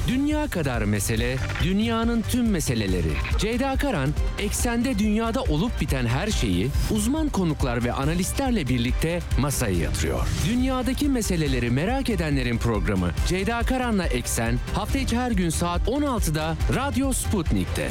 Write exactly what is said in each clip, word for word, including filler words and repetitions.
Dünya kadar mesele, dünyanın tüm meseleleri. Ceyda Karan, eksende dünyada olup biten her şeyi uzman konuklar ve analistlerle birlikte masaya yatırıyor. Dünyadaki meseleleri merak edenlerin programı Ceyda Karan'la Eksen, hafta içi her gün saat on altıda Radyo Sputnik'te.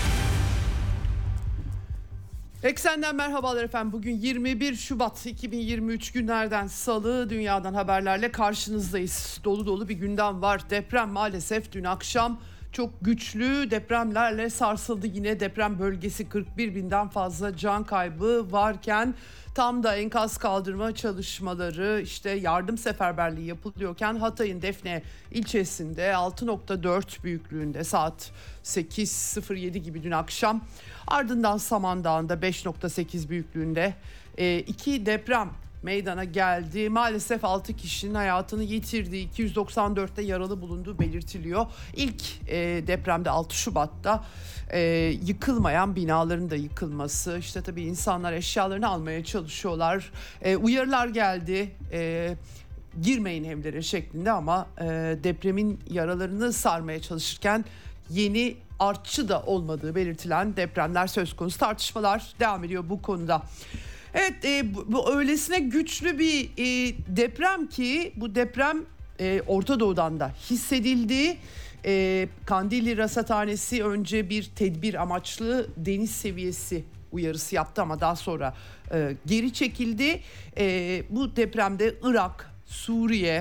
Eksenden merhabalar efendim. Bugün yirmi bir Şubat iki bin yirmi üç günlerden Salı, dünyadan haberlerle karşınızdayız. Dolu dolu bir gündem var. Deprem maalesef dün akşam çok güçlü depremlerle sarsıldı. Yine deprem bölgesi, kırk bir binden fazla can kaybı varken tam da enkaz kaldırma çalışmaları, işte yardım seferberliği yapılıyorken Hatay'ın Defne ilçesinde altı nokta dört büyüklüğünde saat sekiz sıfır yedi gibi dün akşam, ardından Samandağ'ında beş nokta sekiz büyüklüğünde e, iki deprem meydana geldi. Maalesef altı kişinin hayatını yitirdiği, iki yüz doksan dörtte yaralı bulunduğu belirtiliyor. İlk e, depremde altı Şubat'ta e, yıkılmayan binaların da yıkılması, işte tabii insanlar eşyalarını almaya çalışıyorlar. E, uyarılar geldi. E, girmeyin evlere şeklinde, ama e, depremin yaralarını sarmaya çalışırken yeni artçı da olmadığı belirtilen depremler söz konusu. Tartışmalar devam ediyor bu konuda. Evet, e, bu, bu öylesine güçlü bir e, deprem ki bu deprem e, Orta Doğu'dan da hissedildi. E, Kandilli Rasathanesi önce bir tedbir amaçlı deniz seviyesi uyarısı yaptı, ama daha sonra e, geri çekildi. E, bu depremde Irak, Suriye,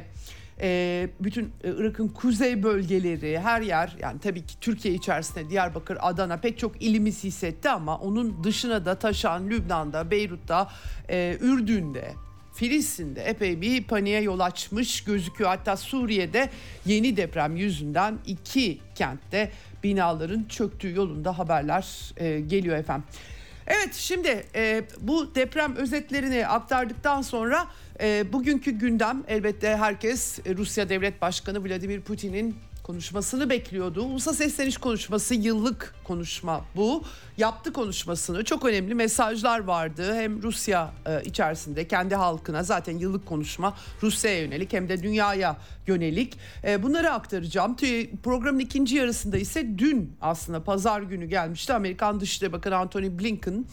Ee, bütün Irak'ın kuzey bölgeleri, her yer, yani tabii ki Türkiye içerisinde Diyarbakır, Adana, pek çok ilimiz hissetti, ama onun dışına da taşan Lübnan'da, Beyrut'ta, e, Ürdün'de, Filistin'de epey bir paniğe yol açmış gözüküyor. Hatta Suriye'de yeni deprem yüzünden iki kentte binaların çöktüğü yolunda haberler e, geliyor efendim. Evet, şimdi e, bu deprem özetlerini aktardıktan sonra e, bugünkü gündem, elbette herkes e, Rusya Devlet Başkanı Vladimir Putin'in konuşmasını bekliyordu. Ulusal sesleniş konuşması, yıllık konuşma bu. Yaptı konuşmasını, çok önemli mesajlar vardı. Hem Rusya e, içerisinde kendi halkına, zaten yıllık konuşma Rusya'ya yönelik, hem de dünyaya yönelik. E, bunları aktaracağım. Programın ikinci yarısında ise dün, aslında pazar günü gelmişti, Amerikan Dışişleri Bakanı Antony Blinken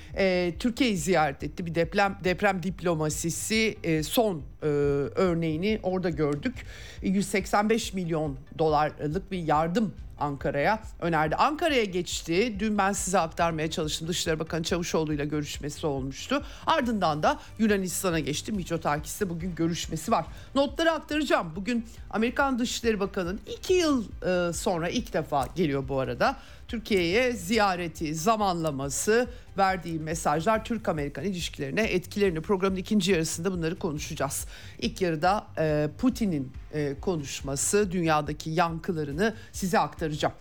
E, Türkiye'yi ziyaret etti. Bir deprem deprem diplomasisi e, son e, örneğini orada gördük. yüz seksen beş milyon dolarlık bir yardım Ankara'ya önerdi. Ankara'ya geçti. Dün ben size aktarmaya çalıştım. Dışişleri Bakanı Çavuşoğlu ile görüşmesi olmuştu. Ardından da Yunanistan'a geçti. Mitsotakis'te bugün görüşmesi var. Notları aktaracağım. Bugün Amerikan Dışişleri Bakanı'nın iki yıl e, sonra ilk defa geliyor bu arada. Türkiye'ye ziyareti, zamanlaması, verdiği mesajlar, Türk-Amerikan ilişkilerine etkilerini, programın ikinci yarısında bunları konuşacağız. İlk yarıda e, Putin'in e, konuşması, dünyadaki yankılarını size aktaracağım.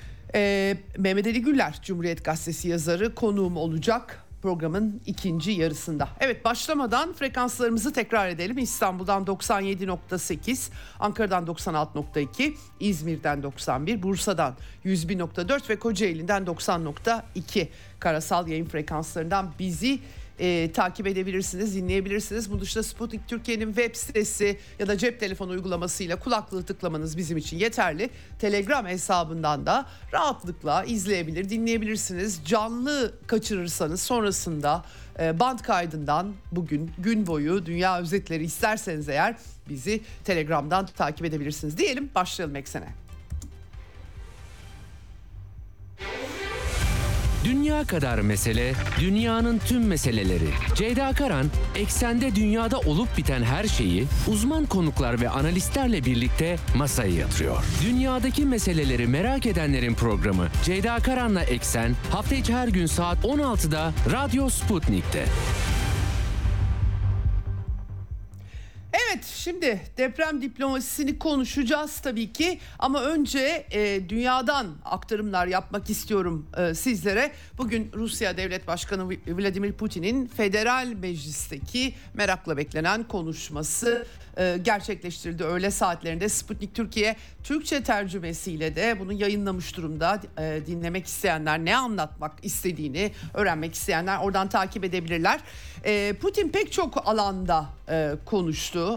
E, Mehmet Ali Güller, Cumhuriyet Gazetesi yazarı, konuğum olacak programın ikinci yarısında. Evet, başlamadan frekanslarımızı tekrar edelim. İstanbul'dan doksan yedi nokta sekiz, Ankara'dan doksan altı nokta iki, İzmir'den doksan bir, Bursa'dan yüz bir nokta dört ve Kocaeli'nden doksan nokta iki karasal yayın frekanslarından bizi e, takip edebilirsiniz, dinleyebilirsiniz. Bunun dışında Sputnik Türkiye'nin web sitesi ya da cep telefonu uygulamasıyla kulaklığı tıklamanız bizim için yeterli. Telegram hesabından da rahatlıkla izleyebilir, dinleyebilirsiniz. Canlı kaçırırsanız sonrasında e, band kaydından bugün gün boyu dünya özetleri isterseniz eğer bizi Telegram'dan takip edebilirsiniz. Diyelim, başlayalım Eksen'e. Dünya kadar mesele, dünyanın tüm meseleleri. Ceyda Karan, eksende dünyada olup biten her şeyi uzman konuklar ve analistlerle birlikte masaya yatırıyor. Dünyadaki meseleleri merak edenlerin programı Ceyda Karan'la Eksen, hafta içi her gün saat on altıda Radyo Sputnik'te. Evet, şimdi deprem diplomasisini konuşacağız tabii ki, ama önce e, dünyadan aktarımlar yapmak istiyorum e, sizlere. Bugün Rusya Devlet Başkanı Vladimir Putin'in Federal Meclis'teki merakla beklenen konuşması e, gerçekleştirildi. Öğle saatlerinde Sputnik Türkiye Türkçe tercümesiyle de bunu yayınlamış durumda. E, dinlemek isteyenler, ne anlatmak istediğini öğrenmek isteyenler oradan takip edebilirler. E, Putin pek çok alanda e, konuştu, öyle diyelim.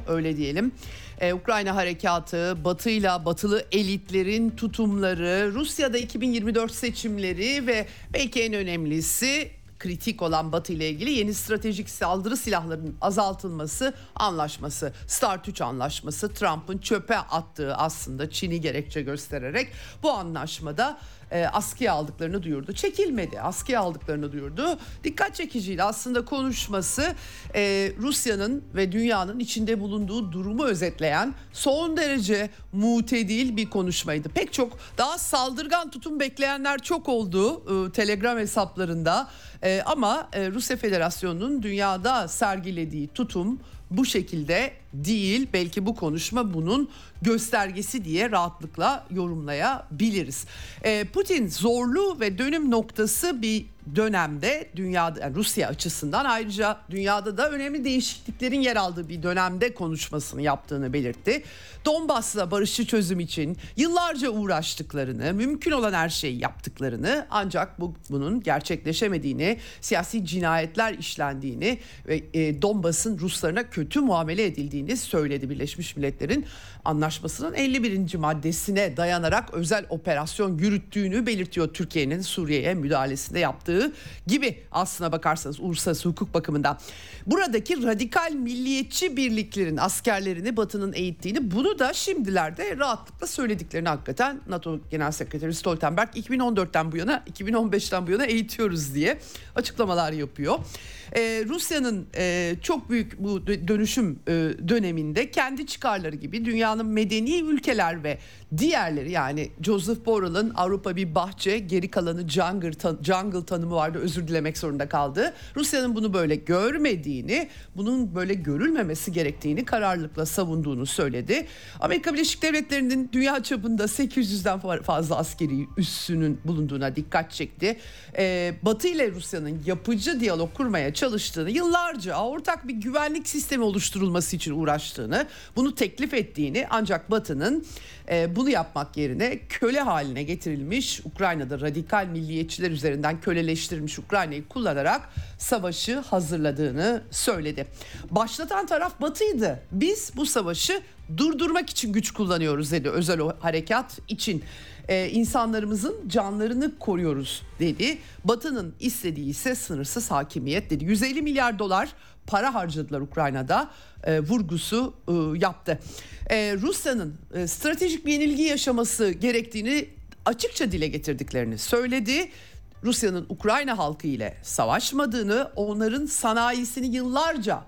diyelim. Ee, Ukrayna harekatı, Batı'yla batılı elitlerin tutumları, Rusya'da iki bin yirmi dört seçimleri ve belki en önemlisi kritik olan Batı ile ilgili yeni stratejik saldırı silahlarının azaltılması anlaşması, START üç anlaşması, Trump'ın çöpe attığı aslında Çin'i gerekçe göstererek bu anlaşmada e, askıya aldıklarını duyurdu. Çekilmedi, askıya aldıklarını duyurdu. Dikkat çekiciydi aslında konuşması. e, Rusya'nın ve dünyanın içinde bulunduğu durumu özetleyen son derece mutedil bir konuşmaydı. Pek çok daha saldırgan tutum bekleyenler çok oldu e, Telegram hesaplarında. Ee, ama e, Rusya Federasyonu'nun dünyada sergilediği tutum bu şekilde değil. Belki bu konuşma bunun göstergesi diye rahatlıkla yorumlayabiliriz. Ee, Putin zorlu ve dönüm noktası bir dönemde dünyada, yani Rusya açısından, ayrıca dünyada da önemli değişikliklerin yer aldığı bir dönemde konuşmasını yaptığını belirtti. Donbas'la barışçı çözüm için yıllarca uğraştıklarını, mümkün olan her şeyi yaptıklarını, ancak bu, bunun gerçekleşemediğini, siyasi cinayetler işlendiğini ve e, Donbas'ın Ruslarına kötü muamele edildiğini söyledi. Birleşmiş Milletler'in anlaşmasının elli birinci maddesine dayanarak özel operasyon yürüttüğünü belirtiyor Türkiye'nin Suriye'ye müdahalesinde yaptığı gibi, aslına bakarsanız uluslararası hukuk bakımından. Buradaki radikal milliyetçi birliklerin askerlerini Batı'nın eğittiğini, bunu da şimdilerde rahatlıkla söylediklerini hakikaten NATO Genel Sekreteri Stoltenberg iki bin on dörtten bu yana, iki bin on beşten bu yana eğitiyoruz diye açıklamalar yapıyor. Ee, Rusya'nın e, çok büyük bu dönüşüm e, döneminde kendi çıkarları gibi dünyanın medeni ülkeler ve diğerleri, yani Joseph Borrell'ın Avrupa bir bahçe, geri kalanı jungle, tan- jungle tanımı vardı, özür dilemek zorunda kaldı. Rusya'nın bunu böyle görmediğini, bunun böyle görülmemesi gerektiğini kararlılıkla savunduğunu söyledi. Amerika Birleşik Devletleri'nin dünya çapında sekiz yüzden fazla askeri üssünün bulunduğuna dikkat çekti. Ee, Batı ile Rusya'nın yapıcı diyalog kurmaya çalıştığını, yıllarca ortak bir güvenlik sistemi oluşturulması için uğraştığını, bunu teklif ettiğini, ancak Batı'nın e, bunu yapmak yerine köle haline getirilmiş, Ukrayna'da radikal milliyetçiler üzerinden köleleştirilmiş Ukrayna'yı kullanarak savaşı hazırladığını söyledi. Başlatan taraf Batı'ydı. Biz bu savaşı durdurmak için güç kullanıyoruz dedi, özel o harekat için. Ee, insanlarımızın canlarını koruyoruz dedi. Batı'nın istediği ise sınırsız hakimiyet dedi. yüz elli milyar dolar para harcadılar Ukrayna'da, e, vurgusu e, yaptı. E, Rusya'nın e, stratejik bir yenilgi yaşaması gerektiğini açıkça dile getirdiklerini söyledi. Rusya'nın Ukrayna halkı ile savaşmadığını, onların sanayisini yıllarca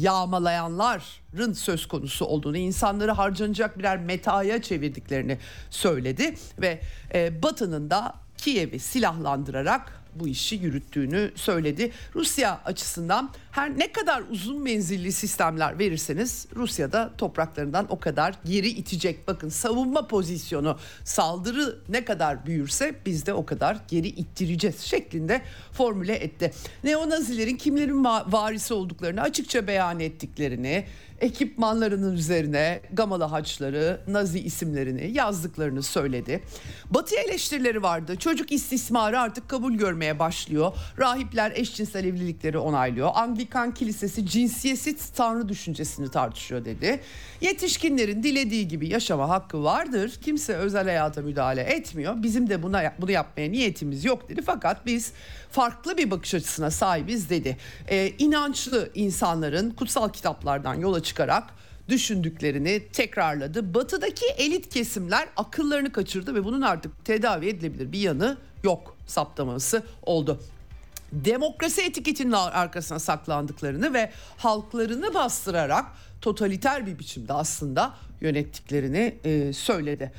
yağmalayanların söz konusu olduğunu, insanları harcanacak birer metaya çevirdiklerini söyledi ve e, Batı'nın da Kiev'i silahlandırarak bu işi yürüttüğünü söyledi. Rusya açısından her ne kadar uzun menzilli sistemler verirseniz Rusya'da topraklarından o kadar geri itecek. Bakın, savunma pozisyonu, saldırı ne kadar büyürse biz de o kadar geri ittireceğiz şeklinde formüle etti. Neonazilerin kimlerin varisi olduklarını açıkça beyan ettiklerini, ekipmanlarının üzerine Gamalı haçları, Nazi isimlerini yazdıklarını söyledi. Batı eleştirileri vardı. Çocuk istismarı artık kabul görmeye başlıyor. Rahipler eşcinsel evlilikleri onaylıyor. Anglikan Kilisesi cinsiyetsiz tanrı düşüncesini tartışıyor dedi. Yetişkinlerin dilediği gibi yaşama hakkı vardır. Kimse özel hayata müdahale etmiyor. Bizim de buna bunu yapmaya niyetimiz yok dedi. Fakat biz farklı bir bakış açısına sahibiz dedi. Ee, inançlı insanların kutsal kitaplardan yola çıkarak düşündüklerini tekrarladı. Batı'daki elit kesimler akıllarını kaçırdı ve bunun artık tedavi edilebilir bir yanı yok saptaması oldu. Demokrasi etiketinin arkasına saklandıklarını ve halklarını bastırarak totaliter bir biçimde aslında yönettiklerini e, söyledi.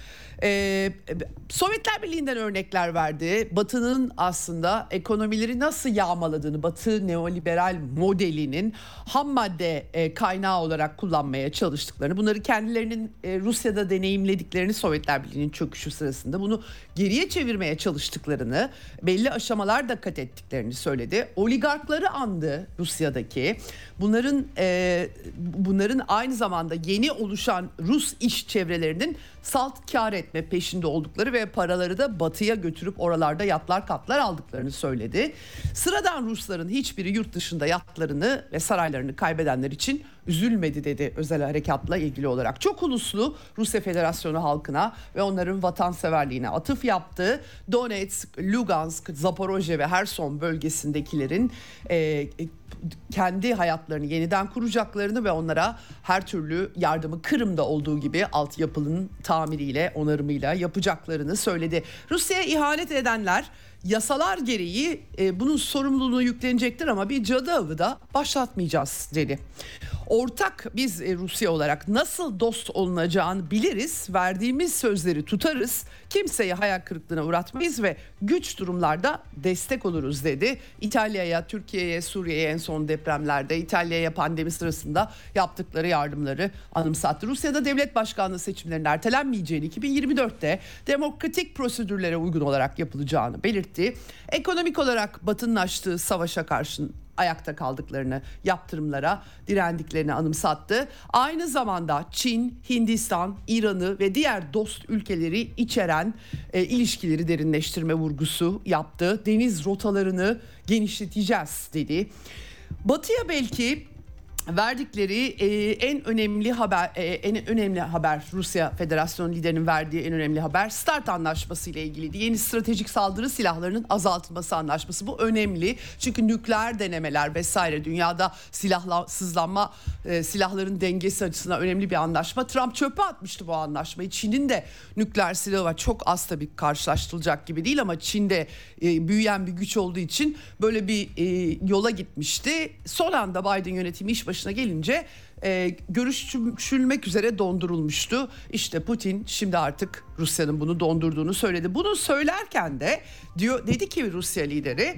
E, Sovyetler Birliği'nden örnekler verdi. Batı'nın aslında ekonomileri nasıl yağmaladığını, Batı neoliberal modelinin ham madde e, kaynağı olarak kullanmaya çalıştıklarını, bunları kendilerinin e, Rusya'da deneyimlediklerini, Sovyetler Birliği'nin çöküşü sırasında bunu geriye çevirmeye çalıştıklarını, belli aşamalar da kat ettiklerini söyledi. Oligarkları andı Rusya'daki. Bunların e, bunların aynı zamanda yeni oluşan Rus iş çevrelerinin salt kar etme peşinde oldukları ve paraları da Batı'ya götürüp oralarda yatlar katlar aldıklarını söyledi. Sıradan Rusların hiçbiri yurt dışında yatlarını ve saraylarını kaybedenler için üzülmedi dedi özel harekatla ilgili olarak. Çok uluslu Rusya Federasyonu halkına ve onların vatanseverliğine atıf yaptı. Donetsk, Lugansk, Zaporojye ve Herson bölgesindekilerin e, kendi hayatlarını yeniden kuracaklarını ve onlara her türlü yardımı Kırım'da olduğu gibi altyapının tamiriyle, onarımıyla yapacaklarını söyledi. Rusya'ya ihanet edenler yasalar gereği e, bunun sorumluluğunu yüklenecektir ama bir cadı avı da başlatmayacağız dedi. Ortak biz e, Rusya olarak nasıl dost olunacağını biliriz, verdiğimiz sözleri tutarız, kimseyi hayal kırıklığına uğratmayız ve güç durumlarda destek oluruz dedi. İtalya'ya, Türkiye'ye, Suriye'ye en son depremlerde, İtalya'ya pandemi sırasında yaptıkları yardımları anımsattı. Rusya'da devlet başkanlığı seçimlerinin ertelenmeyeceğini, iki bin yirmi dörtte demokratik prosedürlere uygun olarak yapılacağını belirtti. Ekonomik olarak Batı'nın açtığı savaşa karşı ayakta kaldıklarını, yaptırımlara direndiklerini anımsattı. Aynı zamanda Çin, Hindistan, İran'ı ve diğer dost ülkeleri içeren e, ilişkileri derinleştirme vurgusu yaptı. Deniz rotalarını genişleteceğiz dedi. Batı'ya belki verdikleri e, en önemli haber e, en önemli haber Rusya Federasyonu liderinin verdiği en önemli haber START anlaşması ile ilgiliydi. Yeni stratejik saldırı silahlarının azaltılması anlaşması. Bu önemli çünkü nükleer denemeler vesaire dünyada silahsızlanma e, silahların dengesi açısından önemli bir anlaşma. Trump çöpe atmıştı bu anlaşmayı. Çin'in de nükleer silahı var. Çok az tabii karşılaştırılacak gibi değil ama Çin'de e, büyüyen bir güç olduğu için böyle bir e, yola gitmişti. Son anda Biden yönetimi iş başına gelince e, görüşülmek üzere dondurulmuştu. İşte Putin şimdi artık Rusya'nın bunu dondurduğunu söyledi. Bunu söylerken de diyor dedi ki Rusya lideri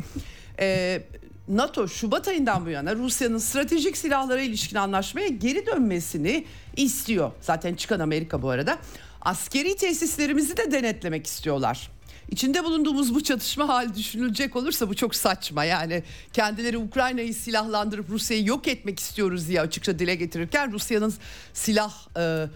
e, NATO Şubat ayından bu yana Rusya'nın stratejik silahlara ilişkin anlaşmaya geri dönmesini istiyor. Zaten çıkan Amerika bu arada. Askeri tesislerimizi de denetlemek istiyorlar. İçinde bulunduğumuz bu çatışma hali düşünülecek olursa bu çok saçma. Yani kendileri Ukrayna'yı silahlandırıp Rusya'yı yok etmek istiyoruz diye açıkça dile getirirken Rusya'nın silah e,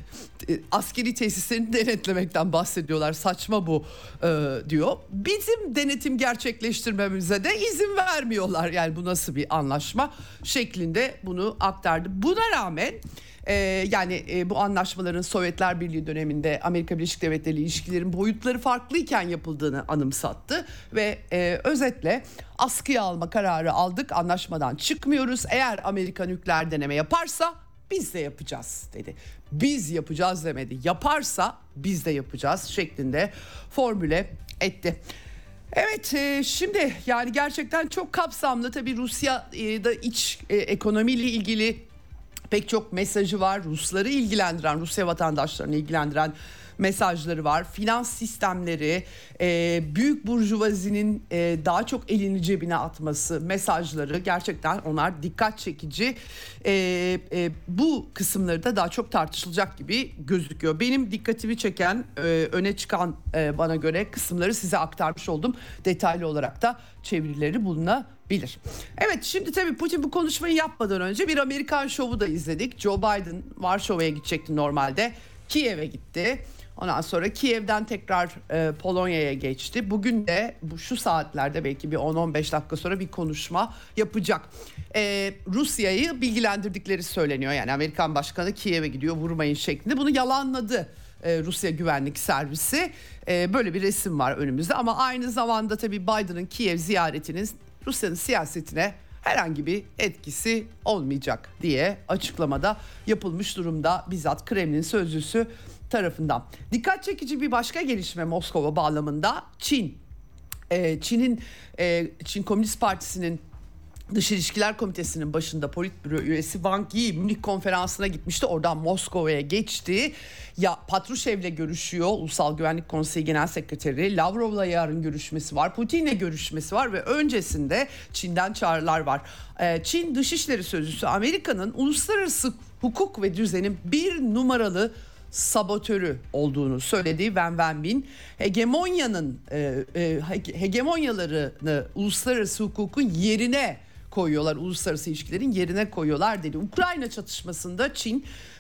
askeri tesislerini denetlemekten bahsediyorlar. Saçma bu e, diyor. Bizim denetim gerçekleştirmemize de izin vermiyorlar. Yani bu nasıl bir anlaşma şeklinde bunu aktardı. Buna rağmen Ee, yani e, bu anlaşmaların Sovyetler Birliği döneminde Amerika Birleşik Devletleri ile ilişkilerin boyutları farklıyken yapıldığını anımsattı ve e, özetle askıya alma kararı aldık, anlaşmadan çıkmıyoruz. Eğer Amerika nükleer deneme yaparsa biz de yapacağız dedi. Biz yapacağız demedi. Yaparsa biz de yapacağız şeklinde formüle etti. Evet e, şimdi yani gerçekten çok kapsamlı tabii Rusya'da iç e, ekonomiyle ilgili pek çok mesajı var. Rusları ilgilendiren, Rusya vatandaşlarını ilgilendiren mesajları var. Finans sistemleri, e, büyük burjuvazinin e, daha çok elini cebine atması mesajları gerçekten onlar dikkat çekici. E, e, bu kısımları da daha çok tartışılacak gibi gözüküyor. Benim dikkatimi çeken, e, öne çıkan e, bana göre kısımları size aktarmış oldum. Detaylı olarak da çevirileri bulunabilir. Evet şimdi tabii Putin bu konuşmayı yapmadan önce bir Amerikan şovu da izledik. Joe Biden Varşova'ya gidecekti normalde. Kiev'e gitti. Ondan sonra Kiev'den tekrar e, Polonya'ya geçti. Bugün de bu şu saatlerde belki bir on on beş dakika sonra bir konuşma yapacak. E, Rusya'yı bilgilendirdikleri söyleniyor. Yani Amerikan Başkanı Kiev'e gidiyor vurmayın şeklinde. Bunu yalanladı e, Rusya Güvenlik Servisi. E, böyle bir resim var önümüzde ama aynı zamanda tabii Biden'ın Kiev ziyaretinin Rusya'nın siyasetine herhangi bir etkisi olmayacak diye açıklamada yapılmış durumda bizzat Kremlin sözcüsü tarafından. Dikkat çekici bir başka gelişme Moskova bağlamında Çin. Ee, Çin'in e, Çin Komünist Partisi'nin Dış İlişkiler Komitesi'nin başında Politbüro üyesi Wang Yi Münih konferansına gitmişti. Oradan Moskova'ya geçti. Ya Patrushev'le görüşüyor. Ulusal Güvenlik Konseyi Genel Sekreteri. Lavrov'la yarın görüşmesi var. Putin'le görüşmesi var ve öncesinde Çin'den çağrılar var. Ee, Çin Dışişleri Sözcüsü Amerika'nın uluslararası hukuk ve düzenin bir numaralı sabotörü olduğunu söyledi. Wen Wenbin hegemonyanın e, e, hegemonyalarını uluslararası hukukun yerine koyuyorlar, uluslararası ilişkilerin yerine koyuyorlar dedi. Ukrayna çatışmasında Çin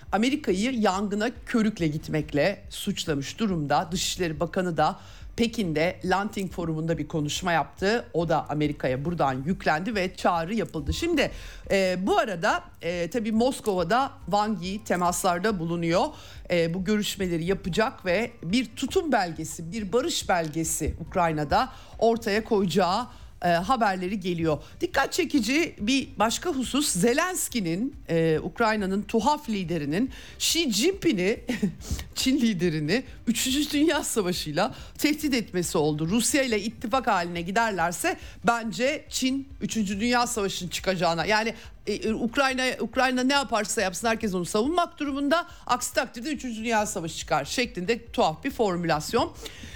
Amerika'yı yangına körükle gitmekle suçlamış durumda. Dışişleri Bakanı da Pekin'de Lanting Forumu'nda bir konuşma yaptı. O da Amerika'ya buradan yüklendi ve çağrı yapıldı. Şimdi e, bu arada e, tabii Moskova'da Wang Yi temaslarda bulunuyor. E, bu görüşmeleri yapacak ve bir tutum belgesi, bir barış belgesi Ukrayna'da ortaya koyacağı E, haberleri geliyor. Dikkat çekici bir başka husus, Zelenski'nin e, Ukrayna'nın tuhaf liderinin Xi Jinping'i Çin liderini üçüncü. Dünya Savaşı'yla tehdit etmesi oldu. Rusya ile ittifak haline giderlerse bence Çin üçüncü. Dünya Savaşı'nın çıkacağına, yani e, Ukrayna Ukrayna ne yaparsa yapsın herkes onu savunmak durumunda, aksi takdirde üçüncü. Dünya Savaşı çıkar şeklinde tuhaf bir formülasyon.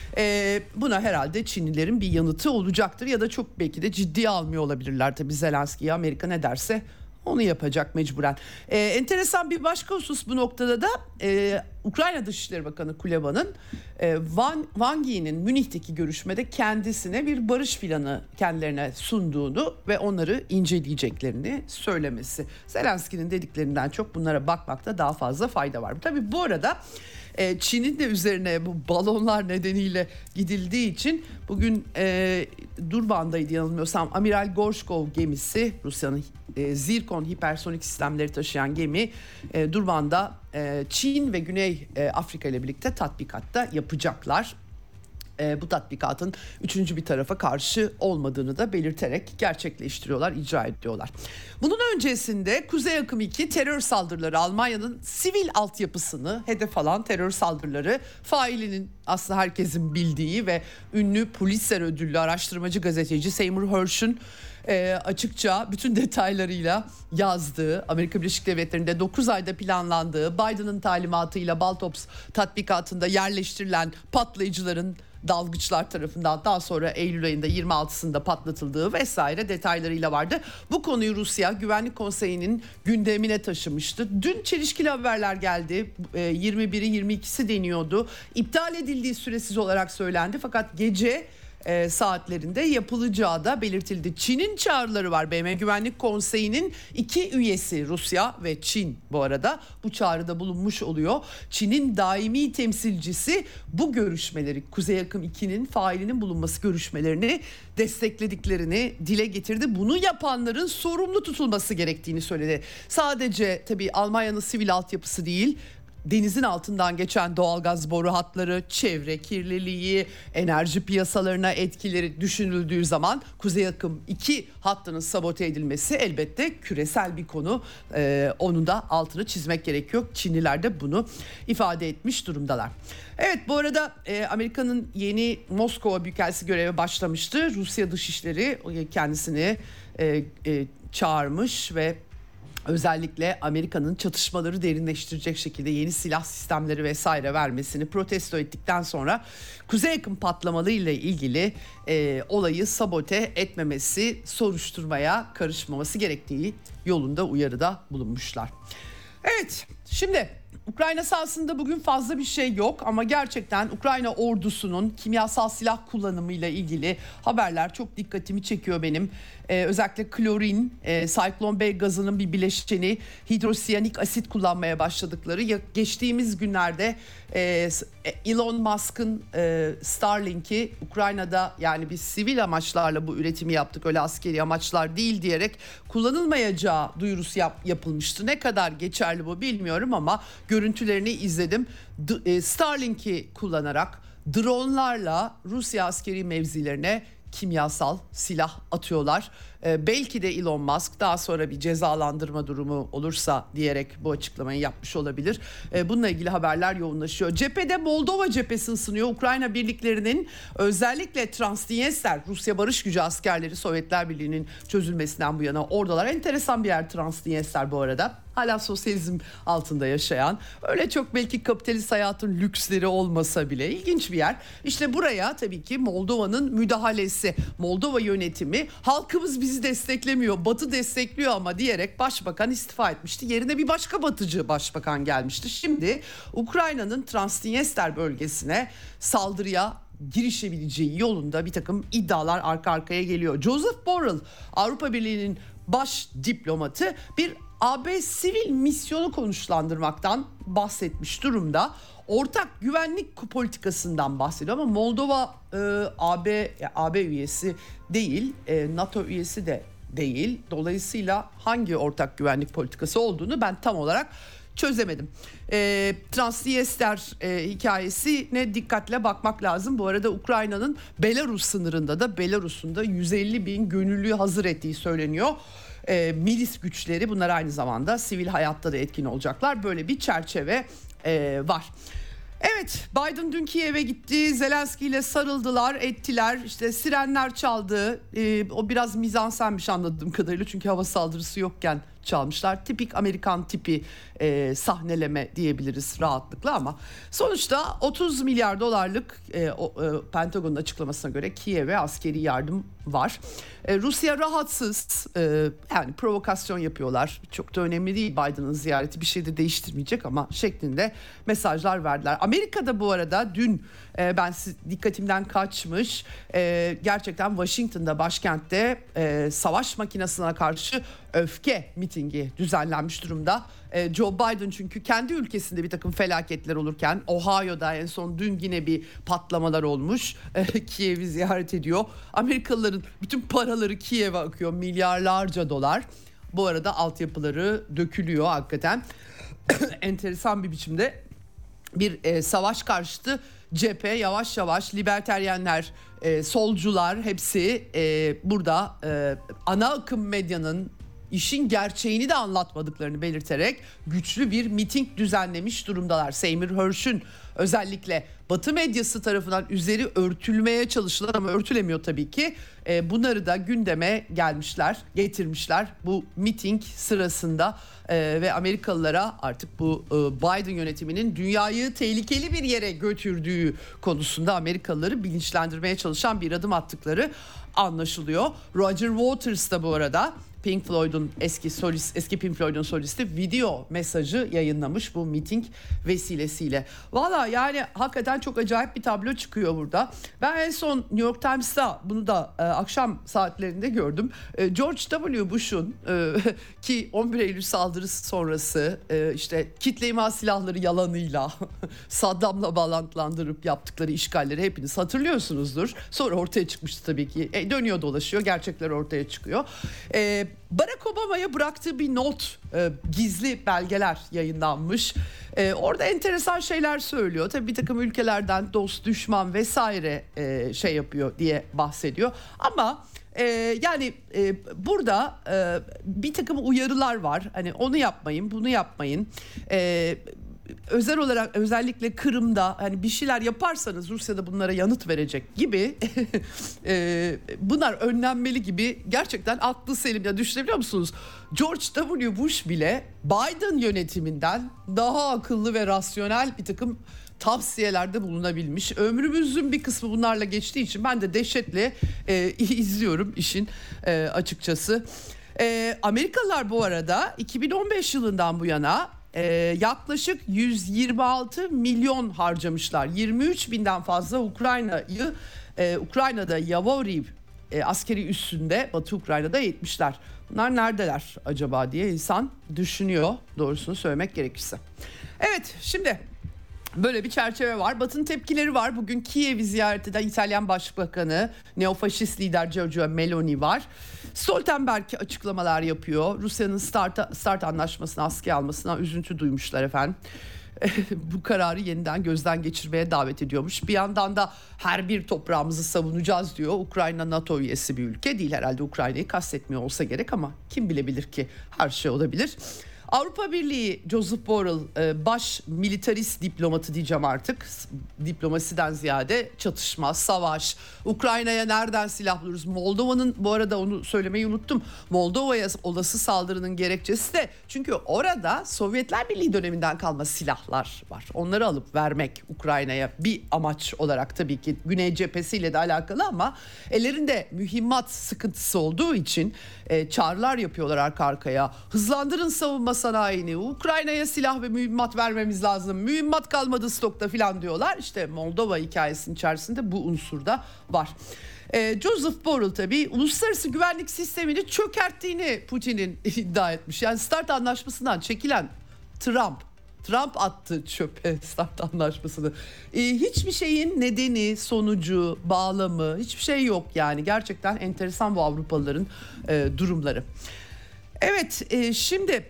Ee, buna herhalde Çinlilerin bir yanıtı olacaktır ya da çok belki de ciddiye almıyor olabilirler. Tabii Zelenski'ye Amerika ne derse onu yapacak mecburen. Ee, enteresan bir başka husus bu noktada da e, Ukrayna Dışişleri Bakanı Kuleba'nın e, Van, Wang Yi'nin Münih'teki görüşmede kendisine bir barış planı kendilerine sunduğunu ve onları inceleyeceklerini söylemesi. Zelenski'nin dediklerinden çok bunlara bakmakta daha fazla fayda var. Tabii bu arada E, Çin'in de üzerine bu balonlar nedeniyle gidildiği için bugün e, Durban'daydı yanılmıyorsam Amiral Gorshkov gemisi, Rusya'nın e, Zirkon hipersonik sistemleri taşıyan gemi e, Durban'da e, Çin ve Güney e, Afrika ile birlikte tatbikatta yapacaklar. Bu tatbikatın üçüncü bir tarafa karşı olmadığını da belirterek gerçekleştiriyorlar, icra ediyorlar. Bunun öncesinde Kuzey Akım iki terör saldırıları, Almanya'nın sivil altyapısını hedef alan terör saldırıları, failinin aslında herkesin bildiği ve ünlü Pulitzer ödüllü araştırmacı gazeteci Seymour Hersh'ün E, açıkça bütün detaylarıyla yazdığı, Amerika Birleşik Devletleri'nde dokuz ayda planlandığı, Biden'ın talimatıyla Baltops tatbikatında yerleştirilen patlayıcıların dalgıçlar tarafından daha sonra Eylül ayında yirmi altısında patlatıldığı vesaire detaylarıyla vardı. Bu konuyu Rusya Güvenlik Konseyi'nin gündemine taşımıştı. Dün çelişkili haberler geldi. yirmi biri yirmi ikisi deniyordu. İptal edildiği süresiz olarak söylendi fakat gece E, saatlerinde yapılacağı da belirtildi. Çin'in çağrıları var. B M Güvenlik Konseyi'nin iki üyesi Rusya ve Çin bu arada bu çağrıda bulunmuş oluyor. Çin'in daimi temsilcisi bu görüşmeleri, Kuzey Akım iki'nin failinin bulunması görüşmelerini desteklediklerini dile getirdi. Bunu yapanların sorumlu tutulması gerektiğini söyledi. Sadece tabii Almanya'nın sivil altyapısı değil, denizin altından geçen doğalgaz boru hatları, çevre kirliliği, enerji piyasalarına etkileri düşünüldüğü zaman Kuzey Akım iki hattının sabote edilmesi elbette küresel bir konu. Ee, onun da altını çizmek gerekiyor. Çinliler de bunu ifade etmiş durumdalar. Evet, bu arada e, Amerika'nın yeni Moskova Büyükelçisi göreve başlamıştı. Rusya Dışişleri kendisini e, e, çağırmış ve özellikle Amerika'nın çatışmaları derinleştirecek şekilde yeni silah sistemleri vesaire vermesini protesto ettikten sonra Kuzey Akım patlamaları ile ilgili e, olayı sabote etmemesi, soruşturmaya karışmaması gerektiği yolunda uyarıda bulunmuşlar. Evet, şimdi Ukrayna sahasında bugün fazla bir şey yok ama gerçekten Ukrayna ordusunun kimyasal silah kullanımıyla ilgili haberler çok dikkatimi çekiyor benim. Ee, özellikle klorin, e, Cyclone B gazının bir bileşeni, hidrosiyanik asit kullanmaya başladıkları. Ya, geçtiğimiz günlerde e, Elon Musk'ın e, Starlink'i Ukrayna'da, yani biz sivil amaçlarla bu üretimi yaptık, öyle askeri amaçlar değil diyerek kullanılmayacağı duyurusu yap, yapılmıştı. Ne kadar geçerli bu bilmiyorum ama görüntülerini izledim. D- e, Starlink'i kullanarak dronlarla Rusya askeri mevzilerine kimyasal silah atıyorlar. Ee, belki de Elon Musk daha sonra bir cezalandırma durumu olursa diyerek bu açıklamayı yapmış olabilir. Ee, bununla ilgili haberler yoğunlaşıyor. Cephede Moldova cephesi ısınıyor. Ukrayna birliklerinin özellikle Transnistria, Rusya barış gücü askerleri Sovyetler Birliği'nin çözülmesinden bu yana oradalar. Enteresan bir yer Transnistria bu arada. Hala sosyalizm altında yaşayan, öyle çok belki kapitalist hayatın lüksleri olmasa bile ilginç bir yer. İşte buraya tabii ki Moldova'nın müdahalesi, Moldova yönetimi halkımız bizi desteklemiyor, Batı destekliyor ama diyerek başbakan istifa etmişti. Yerine bir başka batıcı başbakan gelmişti. Şimdi Ukrayna'nın Transnistria bölgesine saldırıya girişebileceği yolunda bir takım iddialar arka arkaya geliyor. Joseph Borrell, Avrupa Birliği'nin baş diplomatı, bir A B sivil misyonu konuşlandırmaktan bahsetmiş durumda. Ortak güvenlik politikasından bahsediyor ama Moldova e, A B A B üyesi değil, e, NATO üyesi de değil. Dolayısıyla hangi ortak güvenlik politikası olduğunu ben tam olarak çözemedim. E, Transnistria e, hikayesine dikkatle bakmak lazım. Bu arada Ukrayna'nın Belarus sınırında da Belarus'un da yüz elli bin gönüllüyü hazır ettiği söyleniyor. E, milis güçleri, bunlar aynı zamanda sivil hayatta da etkin olacaklar. Böyle bir çerçeve e, var. Evet, Biden dün Kiev'e gitti. Zelenski ile sarıldılar, ettiler. İşte sirenler çaldı. Ee, o biraz mizansenmiş anladığım kadarıyla. Çünkü hava saldırısı yokken çalmışlar. Tipik Amerikan tipi e, sahneleme diyebiliriz rahatlıkla ama sonuçta otuz milyar dolarlık e, o, e, Pentagon'un açıklamasına göre Kiev'e askeri yardım var. E, Rusya rahatsız, e, yani provokasyon yapıyorlar. Çok da önemli değil, Biden'ın ziyareti bir şey de değiştirmeyecek ama şeklinde mesajlar verdiler. Amerika'da bu arada dün e, ben dikkatimden kaçmış, e, gerçekten Washington'da, başkentte e, savaş makinesine karşı öfke mitingi düzenlenmiş durumda. E, Joe Biden çünkü kendi ülkesinde bir takım felaketler olurken, Ohio'da en son dün yine bir patlamalar olmuş. E, Kiev'i ziyaret ediyor. Amerikalıların bütün paraları Kiev'e akıyor, milyarlarca dolar. Bu arada altyapıları dökülüyor hakikaten. Enteresan bir biçimde bir e, savaş karşıtı cephe yavaş yavaş liberteryenler, e, solcular hepsi e, burada e, ana akım medyanın işin gerçeğini de anlatmadıklarını belirterek güçlü bir miting düzenlemiş durumdalar. Seymour Hersh'ün özellikle Batı medyası tarafından üzeri örtülmeye çalışılan ama örtülemiyor tabii ki. E, bunları da gündeme gelmişler, getirmişler bu miting sırasında e, ve Amerikalılara artık bu e, Biden yönetiminin dünyayı tehlikeli bir yere götürdüğü konusunda Amerikalıları bilinçlendirmeye çalışan bir adım attıkları anlaşılıyor. Roger Waters da bu arada Pink Floyd'un eski solist, eski Pink Floyd'un solisti video mesajı yayınlamış bu miting vesilesiyle. Valla yani hakikaten çok acayip bir tablo çıkıyor burada. Ben en son New York Times'ta bunu da e, akşam saatlerinde gördüm. E, George W. Bush'un e, ki on bir Eylül saldırısı sonrası e, işte kitle imha silahları yalanıyla Saddam'la bağlantılandırıp yaptıkları işgalleri hepiniz hatırlıyorsunuzdur. Sonra ortaya çıkmıştı tabii ki. E, dönüyor dolaşıyor, gerçekler ortaya çıkıyor. E, Barack Obama'ya bıraktığı bir not, e, gizli belgeler yayınlanmış. E, orada enteresan şeyler söylüyor. Tabii bir takım ülkelerden dost, düşman vesaire e, şey yapıyor diye bahsediyor. Ama e, yani e, burada e, bir takım uyarılar var. Hani onu yapmayın, bunu yapmayın. E, özel olarak özellikle Kırım'da hani bir şeyler yaparsanız Rusya'da bunlara yanıt verecek gibi e, bunlar önlenmeli gibi, gerçekten aklı selim. Ya düşünebiliyor musunuz? George W. Bush bile Biden yönetiminden daha akıllı ve rasyonel bir takım tavsiyelerde bulunabilmiş. Ömrümüzün bir kısmı bunlarla geçtiği için ben de dehşetle e, izliyorum işin e, açıkçası. E, Amerikalılar bu arada iki bin on beş yılından bu yana Ee, yaklaşık yüz yirmi altı milyon harcamışlar. yirmi üç binden fazla Ukrayna'yı e, Ukrayna'da Yavoriv e, askeri üssünde Batı Ukrayna'da eğitmişler. Bunlar neredeler acaba diye insan düşünüyor, doğrusunu söylemek gerekirse. Evet, şimdi böyle bir çerçeve var. Batı'nın tepkileri var. Bugün Kiev'i ziyaret eden İtalyan Başbakanı, neofaşist lider Giorgia Meloni var. Stoltenberg açıklamalar yapıyor. Rusya'nın START, START anlaşmasını askıya almasına üzüntü duymuşlar efendim. Bu kararı yeniden gözden geçirmeye davet ediyormuş. Bir yandan da her bir toprağımızı savunacağız diyor. Ukrayna NATO üyesi bir ülke değil. Herhalde Ukrayna'yı kastetmiyor olsa gerek ama kim bilebilir ki, her şey olabilir. Avrupa Birliği Joseph Borrell baş militarist diplomatı diyeceğim artık. Diplomasiden ziyade çatışma, savaş, Ukrayna'ya nereden silah buluruz? Moldova'nın, bu arada onu söylemeyi unuttum. Moldova'ya olası saldırının gerekçesi de çünkü orada Sovyetler Birliği döneminden kalma silahlar var. Onları alıp vermek Ukrayna'ya bir amaç olarak, tabii ki Güney cephesiyle de alakalı ama ellerinde mühimmat sıkıntısı olduğu için e, çağrılar yapıyorlar arka arkaya. Hızlandırın savunma sanayini, Ukrayna'ya silah ve mühimmat vermemiz lazım, mühimmat kalmadı stokta falan diyorlar. İşte Moldova hikayesinin içerisinde bu unsur da var. Ee, Joseph Borrell tabii uluslararası güvenlik sistemini çökerttiğini Putin'in iddia etmiş. Yani START anlaşmasından çekilen Trump, Trump attı çöpe START anlaşmasını. Ee, hiçbir şeyin nedeni, sonucu, bağlamı, hiçbir şey yok yani. Gerçekten enteresan bu Avrupalıların e, durumları. Evet, e, şimdi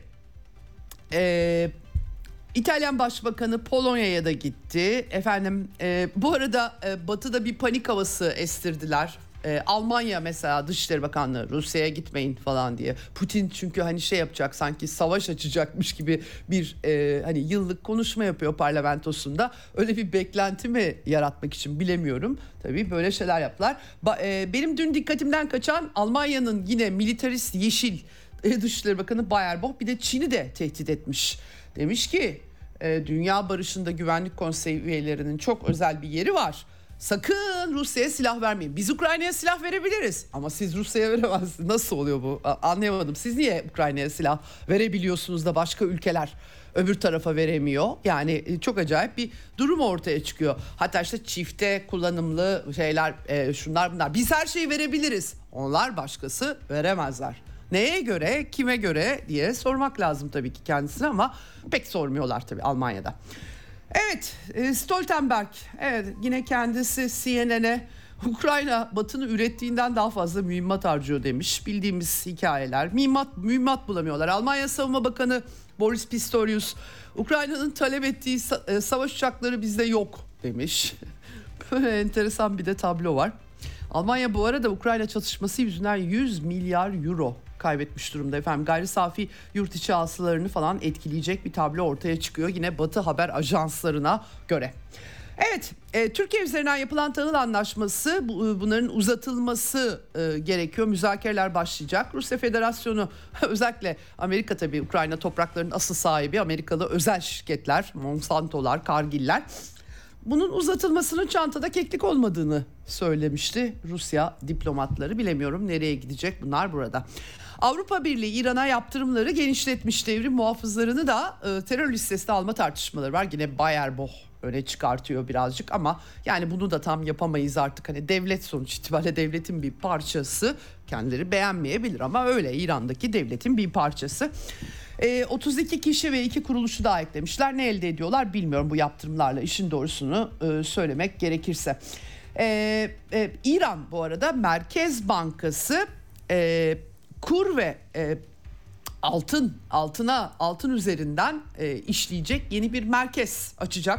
e, İtalyan Başbakanı Polonya'ya da gitti. Efendim, e, bu arada e, Batı'da bir panik havası estirdiler. E, Almanya mesela Dışişleri Bakanlığı Rusya'ya gitmeyin falan diye. Putin çünkü hani şey yapacak, sanki savaş açacakmış gibi bir e, hani yıllık konuşma yapıyor parlamentosunda. Öyle bir beklenti mi yaratmak için bilemiyorum. Tabii böyle şeyler yaptılar. Ba, e, benim dün dikkatimden kaçan Almanya'nın yine militarist yeşil e, Dışişleri Bakanı Baerbock bir de Çin'i de tehdit etmiş. Demiş ki e, Dünya Barışı'nda Güvenlik Konseyi üyelerinin çok özel bir yeri var. Sakın Rusya'ya silah vermeyin. Biz Ukrayna'ya silah verebiliriz ama siz Rusya'ya veremezsiniz. Nasıl oluyor bu? Anlayamadım. Siz niye Ukrayna'ya silah verebiliyorsunuz da başka ülkeler öbür tarafa veremiyor? Yani çok acayip bir durum ortaya çıkıyor. Hatta işte çifte kullanımlı şeyler, e, şunlar bunlar. Biz her şeyi verebiliriz. Onlar başkası veremezler. Neye göre, kime göre diye sormak lazım tabii ki kendisine ama pek sormuyorlar tabii Almanya'da. Evet, Stoltenberg, evet yine kendisi C N N'e Ukrayna Batı'nın ürettiğinden daha fazla mühimmat harcıyor demiş. Bildiğimiz hikayeler. Mühimmat, mühimmat bulamıyorlar. Almanya Savunma Bakanı Boris Pistorius, Ukrayna'nın talep ettiği savaş uçakları bizde yok demiş. Böyle enteresan bir de tablo var. Almanya bu arada Ukrayna çatışması yüzünden yüz milyar euro kaybetmiş durumda efendim. Gayri safi yurt içi hasılarını falan etkileyecek bir tablo ortaya çıkıyor yine Batı haber ajanslarına göre. Evet, e, Türkiye üzerinden yapılan tahıl anlaşması, bu, bunların uzatılması e, gerekiyor. Müzakereler başlayacak. Rusya Federasyonu, özellikle Amerika tabii Ukrayna topraklarının asıl sahibi Amerikalı özel şirketler, Monsanto'lar, Cargill'ler. Bunun uzatılmasının çantada keklik olmadığını söylemişti Rusya diplomatları. Bilemiyorum nereye gidecek bunlar burada. Avrupa Birliği İran'a yaptırımları genişletmiş. Devrim muhafızlarını da e, terör listesine alma tartışmaları var. Yine Baerbock öne çıkartıyor birazcık ama yani bunu da tam yapamayız artık. Hani devlet sonuç itibariyle devletin bir parçası. Kendileri beğenmeyebilir ama öyle, İran'daki devletin bir parçası. E, otuz iki kişi ve iki kuruluşu daha eklemişler. Ne elde ediyorlar bilmiyorum bu yaptırımlarla, işin doğrusunu e, söylemek gerekirse. E, e, İran bu arada Merkez Bankası e, kur ve e, altın altına altın üzerinden e, işleyecek yeni bir merkez açacak.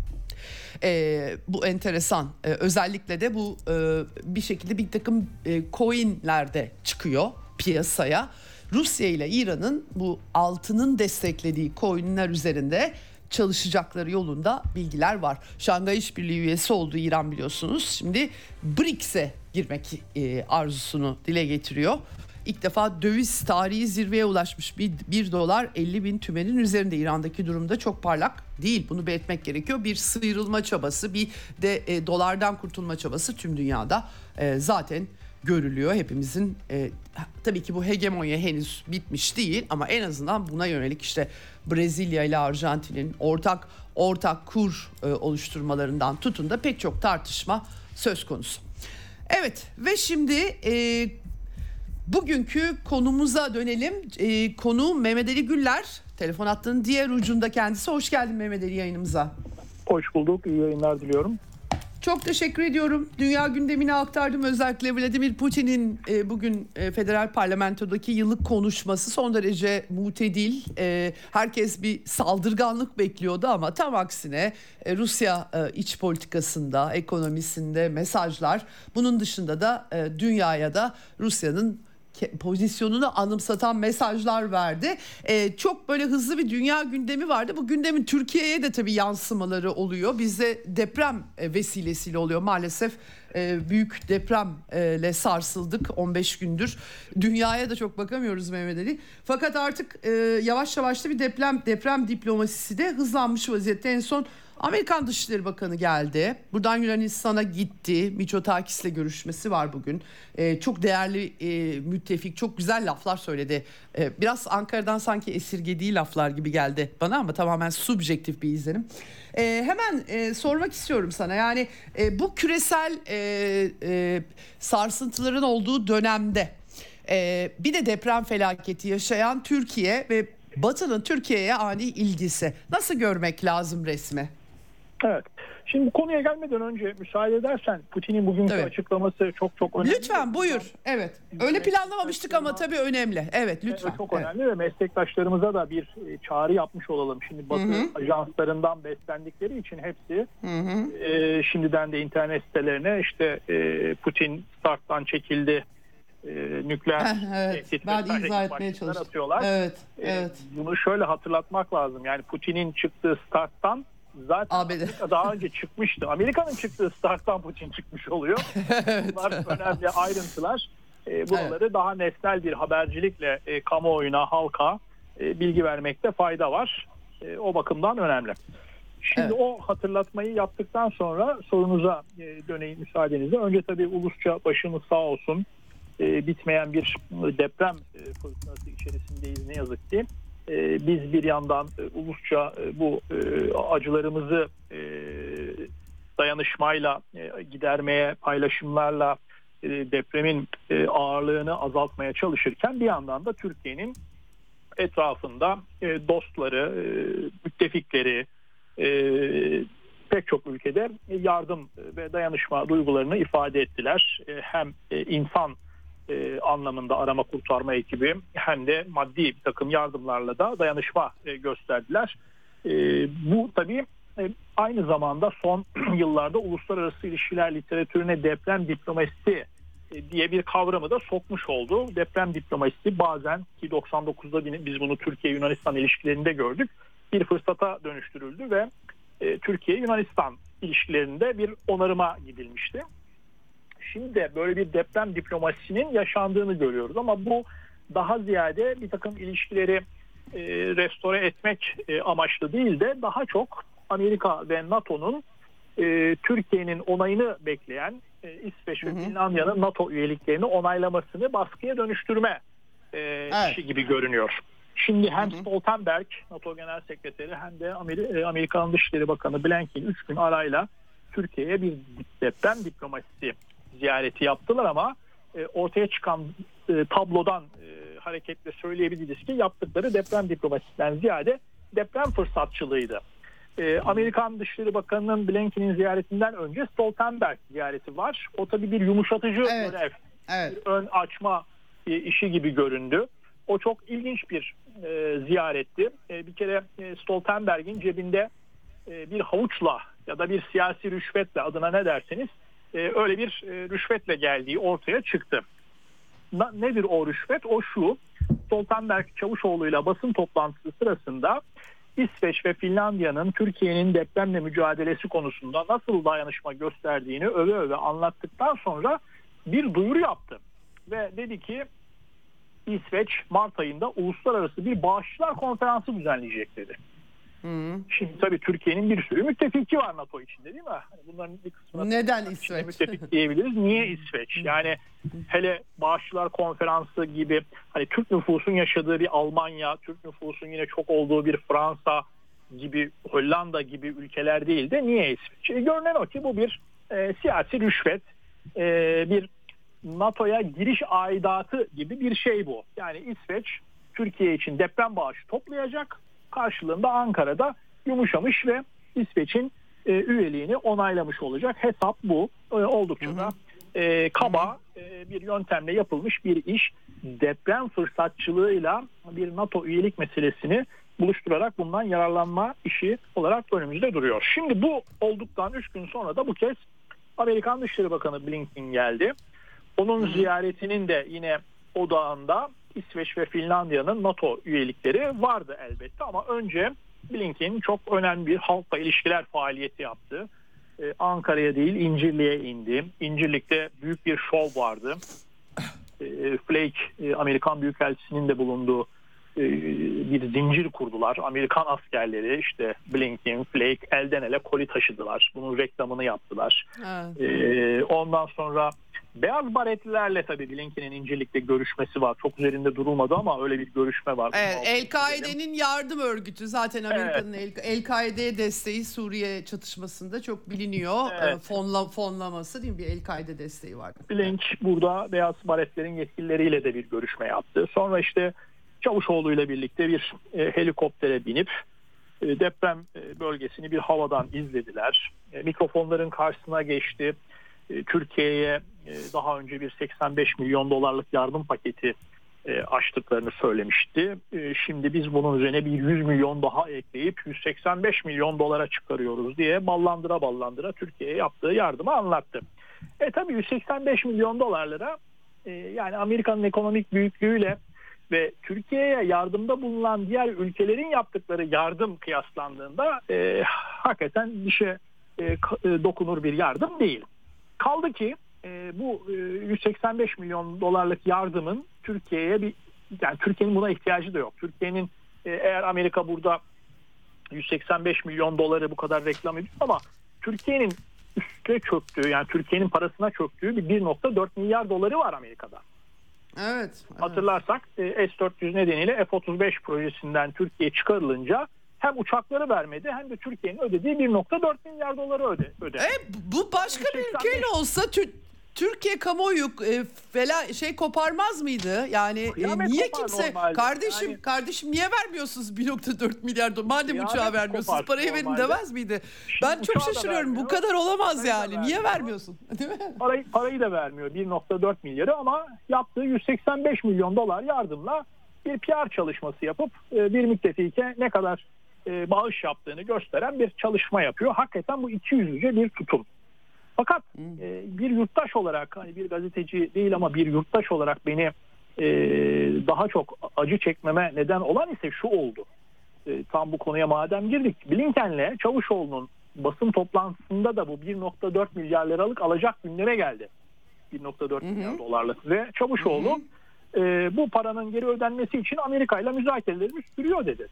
E, bu enteresan. E, özellikle de bu e, bir şekilde bir takım e, coinlerde çıkıyor piyasaya. Rusya ile İran'ın bu altının desteklediği coinler üzerinde çalışacakları yolunda bilgiler var. Şangay İşbirliği üyesi olduğu İran biliyorsunuz. Şimdi B R I C S'e girmek e, arzusunu dile getiriyor. İlk defa döviz tarihi zirveye ulaşmış. Bir, bir dolar elli bin tümenin üzerinde. İran'daki durumda çok parlak değil. Bunu belirtmek gerekiyor. Bir sıyrılma çabası, bir de e, dolardan kurtulma çabası tüm dünyada e, zaten görülüyor. Hepimizin e, tabii ki bu hegemonya henüz bitmiş değil ama en azından buna yönelik işte Brezilya ile Arjantin'in ortak ortak kur e, oluşturmalarından tutun da pek çok tartışma söz konusu. Evet ve şimdi e, bugünkü konumuza dönelim. E, konu Mehmet Ali Güller. Telefon hattının diğer ucunda kendisi. Hoş geldin Mehmet Ali yayınımıza. Hoş bulduk. İyi yayınlar diliyorum. Çok teşekkür ediyorum. Dünya gündemini aktardım. Özellikle Vladimir Putin'in e, bugün e, federal parlamentodaki yıllık konuşması son derece mutedil. E, herkes bir saldırganlık bekliyordu ama tam aksine e, Rusya e, iç politikasında, ekonomisinde mesajlar. Bunun dışında da e, dünyaya da Rusya'nın pozisyonunu anımsatan mesajlar verdi. Ee, çok böyle hızlı bir dünya gündemi vardı. Bu gündemin Türkiye'ye de tabii yansımaları oluyor. Bizde deprem vesilesiyle oluyor maalesef. Ee, büyük depremle sarsıldık on beş gündür. Dünyaya da çok bakamıyoruz Mehmet Ali. Fakat artık e, yavaş yavaş da bir deprem deprem diplomasisi de hızlanmış vaziyette. En son Amerikan Dışişleri Bakanı geldi. Buradan Yunanistan'a gitti. Mitsotakis'le görüşmesi var bugün. Ee, çok değerli e, müttefik, çok güzel laflar söyledi. Ee, biraz Ankara'dan sanki esirgediği laflar gibi geldi bana ama tamamen subjektif bir izlenim. Ee, hemen e, sormak istiyorum sana. Yani e, bu küresel e, e, sarsıntıların olduğu dönemde e, bir de deprem felaketi yaşayan Türkiye ve Batı'nın Türkiye'ye ani ilgisi. Nasıl görmek lazım resmi? Evet. Şimdi bu konuya gelmeden önce müsaade edersen Putin'in bugünkü Evet. açıklaması çok çok önemli. Lütfen buyur. Evet. Öyle planlamamıştık ama tabii önemli. Evet lütfen. Evet, çok evet. önemli ve meslektaşlarımıza da bir çağrı yapmış olalım. Şimdi Batı Hı hı. ajanslarından beslendikleri için hepsi Hı hı. e, şimdiden de internet sitelerine işte e, Putin starttan çekildi. E, nükleer evet. tehdit Ben vesaire izah gibi etmeye başlıklar çalıştım. atıyorlar. Evet. E, Evet. bunu şöyle hatırlatmak lazım. Yani Putin'in çıktığı starttan zaten A B D. Amerika daha önce çıkmıştı. Amerika'nın çıktığı starttan Putin çıkmış oluyor. Evet. Bunlar önemli ayrıntılar. E, buraları evet. daha nesnel bir habercilikle e, kamuoyuna, halka e, bilgi vermekte fayda var. E, o bakımdan önemli. Şimdi evet. o hatırlatmayı yaptıktan sonra sorunuza e, döneyim müsaadenizle. Önce tabii ulusça başımız sağ olsun. E, bitmeyen bir deprem e, fırtınası içerisindeyiz ne yazık ki. E, biz bir yandan e, ulusça e, bu e, acılarımızı e, dayanışmayla e, gidermeye, paylaşımlarla e, depremin e, ağırlığını azaltmaya çalışırken bir yandan da Türkiye'nin etrafında e, dostları, e, müttefikleri, e, pek çok ülkede yardım ve dayanışma duygularını ifade ettiler. E, hem e, insan e, anlamında arama kurtarma ekibi hem de maddi bir takım yardımlarla da dayanışma e, gösterdiler. E, bu tabii e, aynı zamanda son yıllarda uluslararası ilişkiler literatürüne deprem diplomasisi e, diye bir kavramı da sokmuş oldu. Deprem diplomasisi bazen ki doksan dokuzda biz bunu Türkiye-Yunanistan ilişkilerinde gördük. Bir fırsata dönüştürüldü ve e, Türkiye-Yunanistan ilişkilerinde bir onarıma gidilmişti. Şimdi de böyle bir deprem diplomasisinin yaşandığını görüyoruz ama bu daha ziyade bir takım ilişkileri e, restore etmek e, amaçlı değil de daha çok Amerika ve NATO'nun e, Türkiye'nin onayını bekleyen e, İsveç ve hı hı. Finlandiya'nın NATO üyeliklerini onaylamasını baskıya dönüştürme e, evet. işi gibi görünüyor. Şimdi hem hı hı. Stoltenberg, NATO Genel Sekreteri hem de Amer- Amerikan Dışişleri Bakanı Blinken üç gün arayla Türkiye'ye bir deprem diplomasisi ziyareti yaptılar ama e, ortaya çıkan e, tablodan e, hareketle söyleyebiliriz ki yaptıkları deprem diplomasisinden ziyade deprem fırsatçılığıydı. E, Amerikan Dışişleri Bakanı'nın Blinken'in ziyaretinden önce Stoltenberg ziyareti var. O tabii bir yumuşatıcı evet. görev, evet. bir ön açma e, işi gibi göründü. O çok ilginç bir e, ziyaretti. E, bir kere e, Stoltenberg'in cebinde e, bir havuçla ya da bir siyasi rüşvetle adına ne derseniz e, öyle bir e, rüşvetle geldiği ortaya çıktı. Na, nedir o rüşvet? O şu: Stoltenberg Çavuşoğlu'yla basın toplantısı sırasında İsveç ve Finlandiya'nın Türkiye'nin depremle mücadelesi konusunda nasıl dayanışma gösterdiğini öve öve anlattıktan sonra bir duyuru yaptı. Ve dedi ki İsveç Mart ayında uluslararası bir bağışçılar konferansı düzenleyecek dedi. Hı. Şimdi tabii Türkiye'nin bir sürü müttefiki var NATO içinde değil mi? Bunların bir kısmına neden İsveç? Müttefik diyebiliriz. Niye İsveç? Yani hele bağışçılar konferansı gibi hani Türk nüfusun yaşadığı bir Almanya, Türk nüfusun yine çok olduğu bir Fransa gibi, Hollanda gibi ülkeler değil de niye İsveç? E, görünen o ki bu bir e, siyasi rüşvet, e, bir NATO'ya giriş aidatı gibi bir şey bu. Yani İsveç Türkiye için deprem bağışı toplayacak. Karşılığında Ankara'da yumuşamış ve İsveç'in e, üyeliğini onaylamış olacak. Hesap bu. E, oldukça hı hı. da e, kaba e, bir yöntemle yapılmış bir iş. Deprem fırsatçılığıyla bir NATO üyelik meselesini buluşturarak bundan yararlanma işi olarak önümüzde duruyor. Şimdi bu olduktan üç gün sonra da bu kez Amerikan Dışişleri Bakanı Blinken geldi. Onun hı hı. ziyaretinin de yine odağında İsveç ve Finlandiya'nın NATO üyelikleri vardı elbette ama önce Blinken çok önemli bir halkla ilişkiler faaliyeti yaptı. Ee, Ankara'ya değil İncirli'ye indi. İncirlik'te büyük bir şov vardı. Ee, Flake, e, Amerikan Büyükelçisi'nin de bulunduğu bir zincir kurdular. Amerikan askerleri işte Blinken, Flake elden ele koli taşıdılar. Bunun reklamını yaptılar. Evet. Ondan sonra beyaz baretlilerle tabii Blinken'in İncirlik'te görüşmesi var. Çok üzerinde durulmadı ama öyle bir görüşme var. Evet, El-Kaide'nin yardım örgütü zaten Amerika'nın evet. El-Kaide'ye desteği Suriye çatışmasında çok biliniyor. Evet. Fonla, fonlaması değil mi? Bir El-Kaide desteği var. Blink burada beyaz baretlerin yetkilileriyle de bir görüşme yaptı. Sonra işte Çavuşoğlu ile birlikte bir e, helikoptere binip e, deprem e, bölgesini bir havadan izlediler. E, mikrofonların karşısına geçti. E, Türkiye'ye e, daha önce bir seksen beş milyon dolarlık yardım paketi e, açtıklarını söylemişti. E, şimdi biz bunun üzerine bir yüz milyon daha ekleyip yüz seksen beş milyon dolara çıkarıyoruz diye ballandıra ballandıra Türkiye'ye yaptığı yardımı anlattı. E tabii yüz seksen beş milyon dolarlara e, yani Amerika'nın ekonomik büyüklüğüyle ve Türkiye'ye yardımda bulunan diğer ülkelerin yaptıkları yardım kıyaslandığında e, hakikaten bir şey e, dokunur bir yardım değil. Kaldı ki e, bu e, yüz seksen beş milyon dolarlık yardımın Türkiye'ye bir yani Türkiye'nin buna ihtiyacı da yok. Türkiye'nin e, eğer Amerika burada yüz seksen beş milyon doları bu kadar reklam ediyor ama Türkiye'nin üstüne çöktüğü yani Türkiye'nin parasına çöktüğü bir bir virgül dört milyar doları var Amerika'da. Evet, evet. Hatırlarsak S dört yüz nedeniyle F otuz beş projesinden Türkiye çıkarılınca hem uçakları vermedi hem de Türkiye'nin ödediği bir virgül dört milyar doları öde, ödedi. E, bu başka bir ülkeyle olsa tü- Türkiye kamuoyu e, fela şey koparmaz mıydı? Yani e, niye kimse normalde. kardeşim yani, kardeşim niye vermiyorsunuz bir virgül dört milyar dolar? Madem uçağa vermiyorsunuz parayı verin demez miydi? Şimdi ben çok şaşırıyorum. Bu kadar olamaz yani. Niye vermiyorsun? Değil mi? Parayı, parayı da vermiyor bir virgül dört milyarı ama yaptığı yüz seksen beş milyon dolar yardımla bir P R çalışması yapıp e, bir müttefike ne kadar e, bağış yaptığını gösteren bir çalışma yapıyor. Hakikaten bu iki yüzlüce bir tutum. Fakat e, bir yurttaş olarak hani bir gazeteci değil ama bir yurttaş olarak beni e, daha çok acı çekmeme neden olan ise şu oldu. E, tam bu konuya madem girdik. Blinken'le Çavuşoğlu'nun basın toplantısında da bu bir virgül dört milyar liralık alacak gündeme geldi. bir virgül dört milyar dolarlık ve Çavuşoğlu e, bu paranın geri ödenmesi için Amerika ile müzakerelerimiz sürüyor dedi.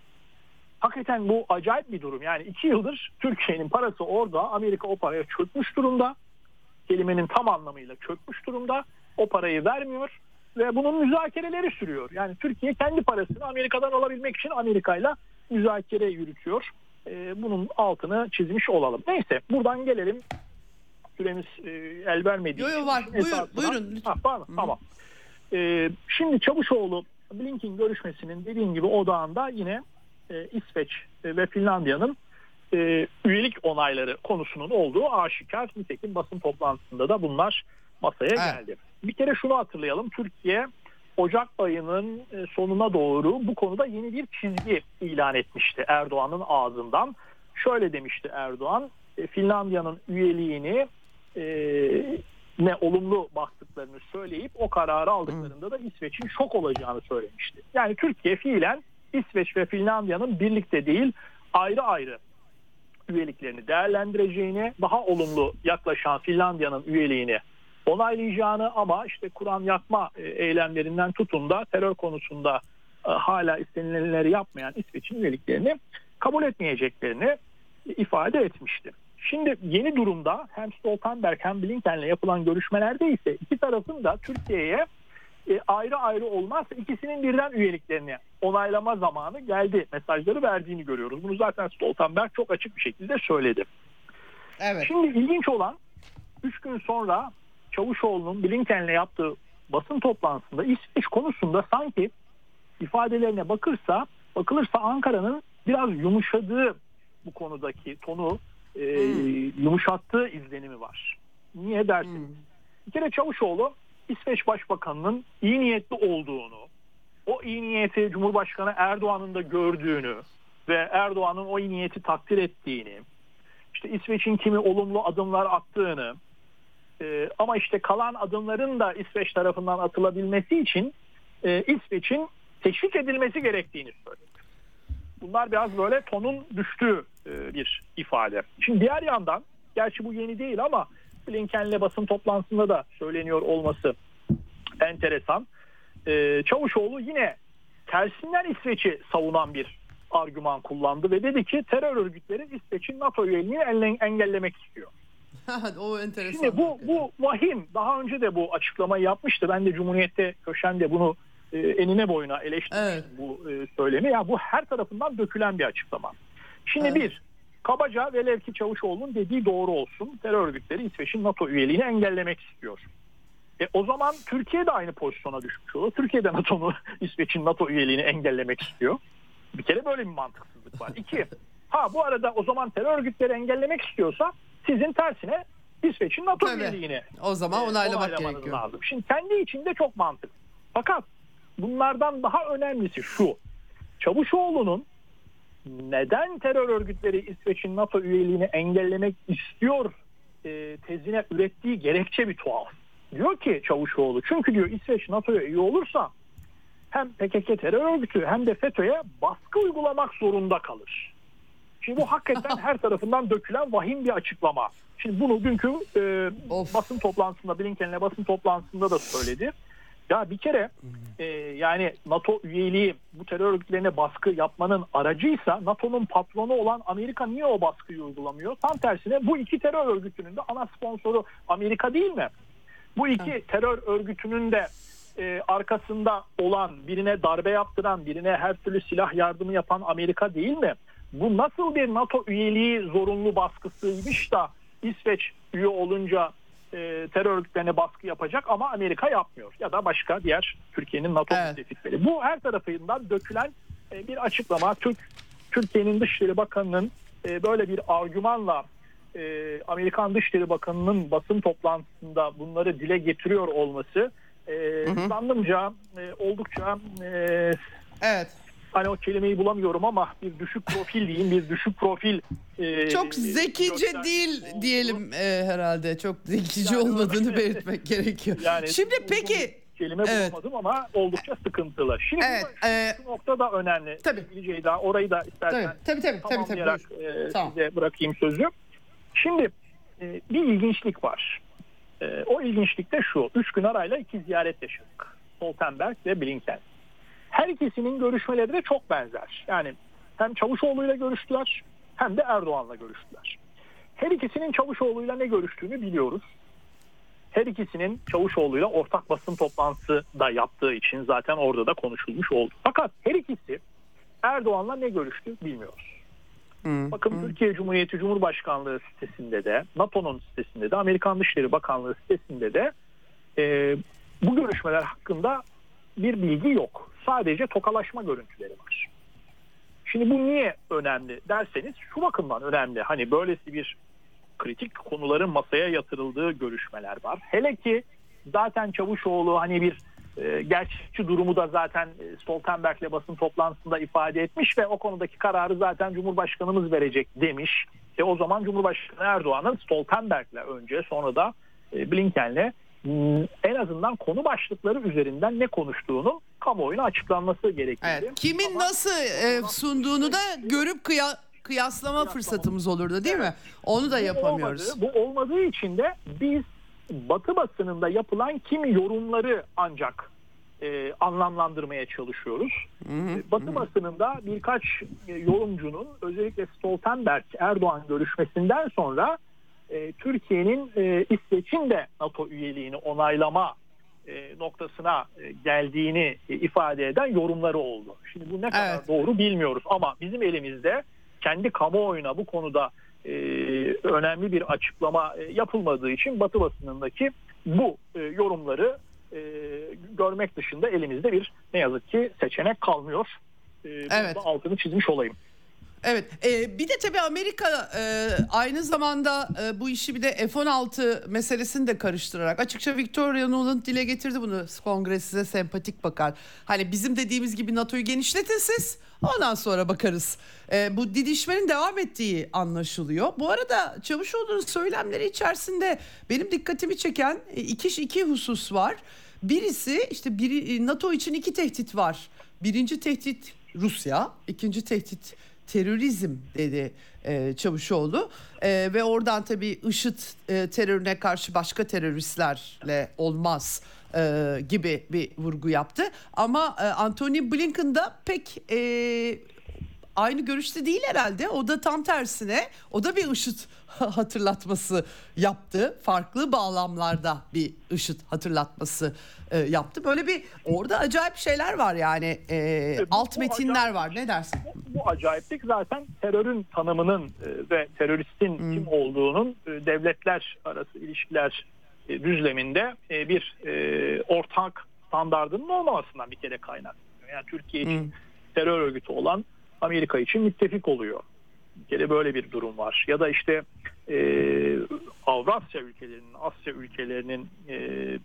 Hakikaten bu acayip bir durum. Yani iki yıldır Türkiye'nin parası orada. Amerika o paraya çökmüş durumda. Kelimenin tam anlamıyla çökmüş durumda. O parayı vermiyor ve bunun müzakereleri sürüyor. Yani Türkiye kendi parasını Amerika'dan alabilmek için Amerika'yla müzakere yürütüyor. Ee, bunun altını çizmiş olalım. Neyse buradan gelelim. Süremiz e, el vermediği için. Yok var. Buyur, buyurun lütfen. Ha, pardon, tamam. Ee, şimdi Çavuşoğlu Blinken görüşmesinin dediğim gibi odağında yine E, İsveç e, ve Finlandiya'nın e, üyelik onayları konusunun olduğu aşikar. Nitekim basın toplantısında da bunlar masaya evet. geldi. Bir kere şunu hatırlayalım. Türkiye Ocak ayının e, sonuna doğru bu konuda yeni bir çizgi ilan etmişti Erdoğan'ın ağzından. Şöyle demişti Erdoğan, e, Finlandiya'nın üyeliğini e, ne olumlu baktıklarını söyleyip o kararı aldıklarında da İsveç'in şok olacağını söylemişti. Yani Türkiye fiilen İsveç ve Finlandiya'nın birlikte değil ayrı ayrı üyeliklerini değerlendireceğini, daha olumlu yaklaşan Finlandiya'nın üyeliğini onaylayacağını ama işte Kur'an yakma eylemlerinden tutun da terör konusunda hala istenilenleri yapmayan İsveç'in üyeliklerini kabul etmeyeceklerini ifade etmişti. Şimdi yeni durumda hem Stoltenberg hem Blinken'le yapılan görüşmelerde ise iki tarafın da Türkiye'ye E, ayrı ayrı olmazsa ikisinin birden üyeliklerini onaylama zamanı geldi mesajları verdiğini görüyoruz. Bunu zaten Stoltenberg çok açık bir şekilde söyledi. Evet. Şimdi ilginç olan üç gün sonra Çavuşoğlu'nun Blinken'le yaptığı basın toplantısında İsveç konusunda sanki ifadelerine bakırsa bakılırsa Ankara'nın biraz yumuşadığı bu konudaki tonu e, hmm. yumuşattığı izlenimi var. Niye dersiniz? Hmm. Bir kere Çavuşoğlu İsveç Başbakanı'nın iyi niyetli olduğunu, o iyi niyeti Cumhurbaşkanı Erdoğan'ın da gördüğünü ve Erdoğan'ın o iyi niyeti takdir ettiğini, işte İsveç'in kimi olumlu adımlar attığını e, ama işte kalan adımların da İsveç tarafından atılabilmesi için e, İsveç'in teşvik edilmesi gerektiğini söyledi. Bunlar biraz böyle tonun düştüğü e, bir ifade. Şimdi diğer yandan, gerçi bu yeni değil ama Blinken'le basın toplantısında da söyleniyor olması enteresan. Ee, Çavuşoğlu yine tersinden İsveç'i savunan bir argüman kullandı ve dedi ki terör örgütleri İsveç'in NATO üyeliğini engellemek istiyor. O enteresan. Şimdi bu, bu vahim. Daha önce de bu açıklamayı yapmıştı. Ben de Cumhuriyet'te köşende bunu e, enine boyuna eleştirmiştim, evet. bu e, söylemi. Ya bu her tarafından dökülen bir açıklama. Şimdi evet. bir, kabaca velev ki Çavuşoğlu'nun dediği doğru olsun. Terör örgütleri İsveç'in NATO üyeliğini engellemek istiyor. E, o zaman Türkiye de aynı pozisyona düşmüş olur. Türkiye de NATO'nu, İsveç'in NATO üyeliğini engellemek istiyor. Bir kere böyle bir mantıksızlık var. İki, ha bu arada o zaman terör örgütleri engellemek istiyorsa sizin tersine İsveç'in NATO Tabii. üyeliğini o zaman onaylamak gerekiyor. Lazım. Şimdi kendi içinde çok mantıklı. Fakat bunlardan daha önemlisi şu. Çavuşoğlu'nun neden terör örgütleri İsveç'in NATO üyeliğini engellemek istiyor e, tezine ürettiği gerekçe bir tuhaf. Diyor ki Çavuşoğlu, çünkü diyor İsveç NATO'ya üye olursa hem P K K terör örgütü hem de FETÖ'ye baskı uygulamak zorunda kalır. Şimdi bu hakikaten her tarafından dökülen vahim bir açıklama. Şimdi bunu dünkü e, basın toplantısında, Blinken'le basın toplantısında da söyledi. Ya bir kere e, yani NATO üyeliği bu terör örgütlerine baskı yapmanın aracıysa NATO'nun patronu olan Amerika niye o baskıyı uygulamıyor? Tam tersine bu iki terör örgütünün de ana sponsoru Amerika değil mi? Bu iki terör örgütünün de e, arkasında olan, birine darbe yaptıran, birine her türlü silah yardımı yapan Amerika değil mi? Bu nasıl bir NATO üyeliği zorunlu baskısıymış da İsveç üye olunca e, terör örgütlerine baskı yapacak ama Amerika yapmıyor. Ya da başka diğer Türkiye'nin NATO evet. müttefikleri. Bu her tarafından dökülen e, bir açıklama. Türk Türkiye'nin Dışişleri Bakanı'nın e, böyle bir argümanla e, Amerikan Dışişleri Bakanı'nın basın toplantısında bunları dile getiriyor olması e, zannımca e, oldukça e, evet. hani o kelimeyi bulamıyorum ama bir düşük profil diyeyim, bir düşük profil. E, çok zekice değil oldu. diyelim e, herhalde. Çok zekice yani olmadığını belirtmek gerekiyor. Yani şimdi peki. Kelime evet. bulamadım ama oldukça sıkıntılı. Şimdi evet, bu, e, şu nokta da önemli. Tabii. Ceyda, orayı da istersen tabii, tabii, tabii, tamamlayarak tabii, e, tamam. size bırakayım sözü. Şimdi e, bir ilginçlik var. E, o ilginçlik de şu. Üç gün arayla iki ziyaret yaşadık. Stoltenberg ve Blinken. Her ikisinin görüşmeleri de çok benzer. Yani hem Çavuşoğlu'yla görüştüler hem de Erdoğan'la görüştüler. Her ikisinin Çavuşoğlu'yla ne görüştüğünü biliyoruz. Her ikisinin Çavuşoğlu'yla ortak basın toplantısı da yaptığı için zaten orada da konuşulmuş oldu. Fakat her ikisi Erdoğan'la ne görüştü bilmiyoruz. Hmm, Bakın hmm. Türkiye Cumhuriyeti Cumhurbaşkanlığı sitesinde de, NATO'nun sitesinde de, Amerikan Dışişleri Bakanlığı sitesinde de e, bu görüşmeler hakkında bir bilgi yok. Sadece tokalaşma görüntüleri var. Şimdi bu niye önemli derseniz şu bakımdan önemli. Hani böylesi bir kritik konuların masaya yatırıldığı görüşmeler var. Hele ki zaten Çavuşoğlu hani bir e, gerçekçi durumu da zaten Stoltenberg'le basın toplantısında ifade etmiş ve o konudaki kararı zaten Cumhurbaşkanımız verecek demiş. E o zaman Cumhurbaşkanı Erdoğan'ın Stoltenberg'le önce sonra da e, Blinken'le en azından konu başlıkları üzerinden ne konuştuğunu kamuoyuna açıklanması gerekiyor. Evet, kimin Ama nasıl e, sunduğunu da görüp kıya, kıyaslama fırsatımız olurdu değil evet. mi? Onu da yapamıyoruz. Bu olmadığı, bu olmadığı için de biz Batı basınında yapılan kimi yorumları ancak e, anlamlandırmaya çalışıyoruz. Hı hı, Batı hı. basınında birkaç e, yorumcunun özellikle Stoltenberg Erdoğan görüşmesinden sonra e, Türkiye'nin e, İsveç'in de NATO üyeliğini onaylama e, noktasına e, geldiğini e, ifade eden yorumları oldu. Şimdi bu ne kadar evet. doğru bilmiyoruz ama bizim elimizde kendi kamuoyuna bu konuda e, önemli bir açıklama e, yapılmadığı için Batı basınındaki bu e, yorumları e, görmek dışında elimizde bir ne yazık ki seçenek kalmıyor. E, evet. Altını çizmiş olayım. Evet e, bir de tabii Amerika e, aynı zamanda e, bu işi bir de F on altı meselesini de karıştırarak açıkça Victoria Nuland dile getirdi bunu, kongre size sempatik bakar. Hani bizim dediğimiz gibi NATO'yu genişletin siz, ondan sonra bakarız. E, bu didişmenin devam ettiği anlaşılıyor. Bu arada Çavuşoğlu'nun söylemleri içerisinde benim dikkatimi çeken iki, iki husus var. Birisi işte biri, NATO için iki tehdit var. Birinci tehdit Rusya, ikinci tehdit terörizm dedi e, Çavuşoğlu. E, ve oradan tabii IŞİD e, terörüne karşı başka teröristlerle olmaz e, gibi bir vurgu yaptı. Ama e, Antony Blinken da pek e, aynı görüşte değil herhalde. O da tam tersine, o da bir IŞİD hatırlatması yaptı. Farklı bağlamlarda bir IŞİD hatırlatması e, yaptı. Böyle bir orada acayip şeyler var yani. E, e, bu, alt bu metinler acayip, var. Ne dersin? Bu, bu acayiplik zaten terörün tanımının e, ve teröristin hmm. kim olduğunun e, devletler arası ilişkiler e, düzleminde e, bir e, ortak standardının olmamasından bir kere kaynaklanıyor. Yani Türkiye için hmm. terör örgütü olan Amerika için müttefik oluyor. Bir kere böyle bir durum var. Ya da işte e, Avrasya ülkelerinin, Asya ülkelerinin e,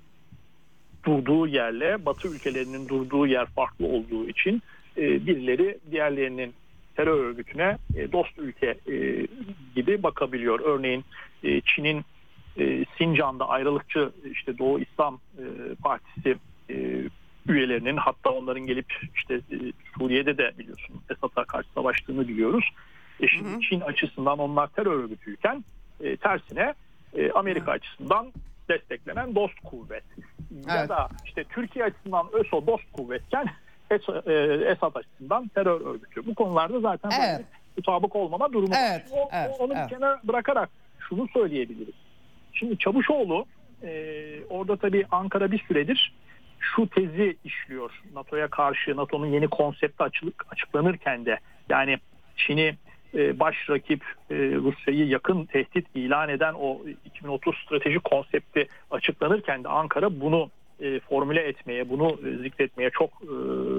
durduğu yerle Batı ülkelerinin durduğu yer farklı olduğu için e, birileri diğerlerinin terör örgütüne e, dost ülke e, gibi bakabiliyor. Örneğin e, Çin'in e, Sincan'da ayrılıkçı işte Doğu İslam e, Partisi e, üyelerinin, hatta onların gelip işte e, Suriye'de de biliyorsunuz Esad'a karşı savaştığını biliyoruz. E şimdi hı hı. Çin açısından onlar terör örgütüyken e, tersine e, Amerika hı. açısından desteklenen dost kuvvet. Evet. Ya da işte Türkiye açısından ÖSO dost kuvvetken Esad, e, Esad açısından terör örgütü. Bu konularda zaten evet. böyle mutabık olmama durumu evet. var. O, evet. Onu evet. bir kenara bırakarak şunu söyleyebiliriz. Şimdi Çavuşoğlu e, orada tabii Ankara bir süredir şu tezi işliyor. NATO'ya karşı, NATO'nun yeni konsepti açılık, açıklanırken de yani Çin'i e, baş rakip, e, Rusya'yı yakın tehdit ilan eden o iki bin otuz stratejik konsepti açıklanırken de Ankara bunu e, formüle etmeye, bunu e, zikretmeye çok e,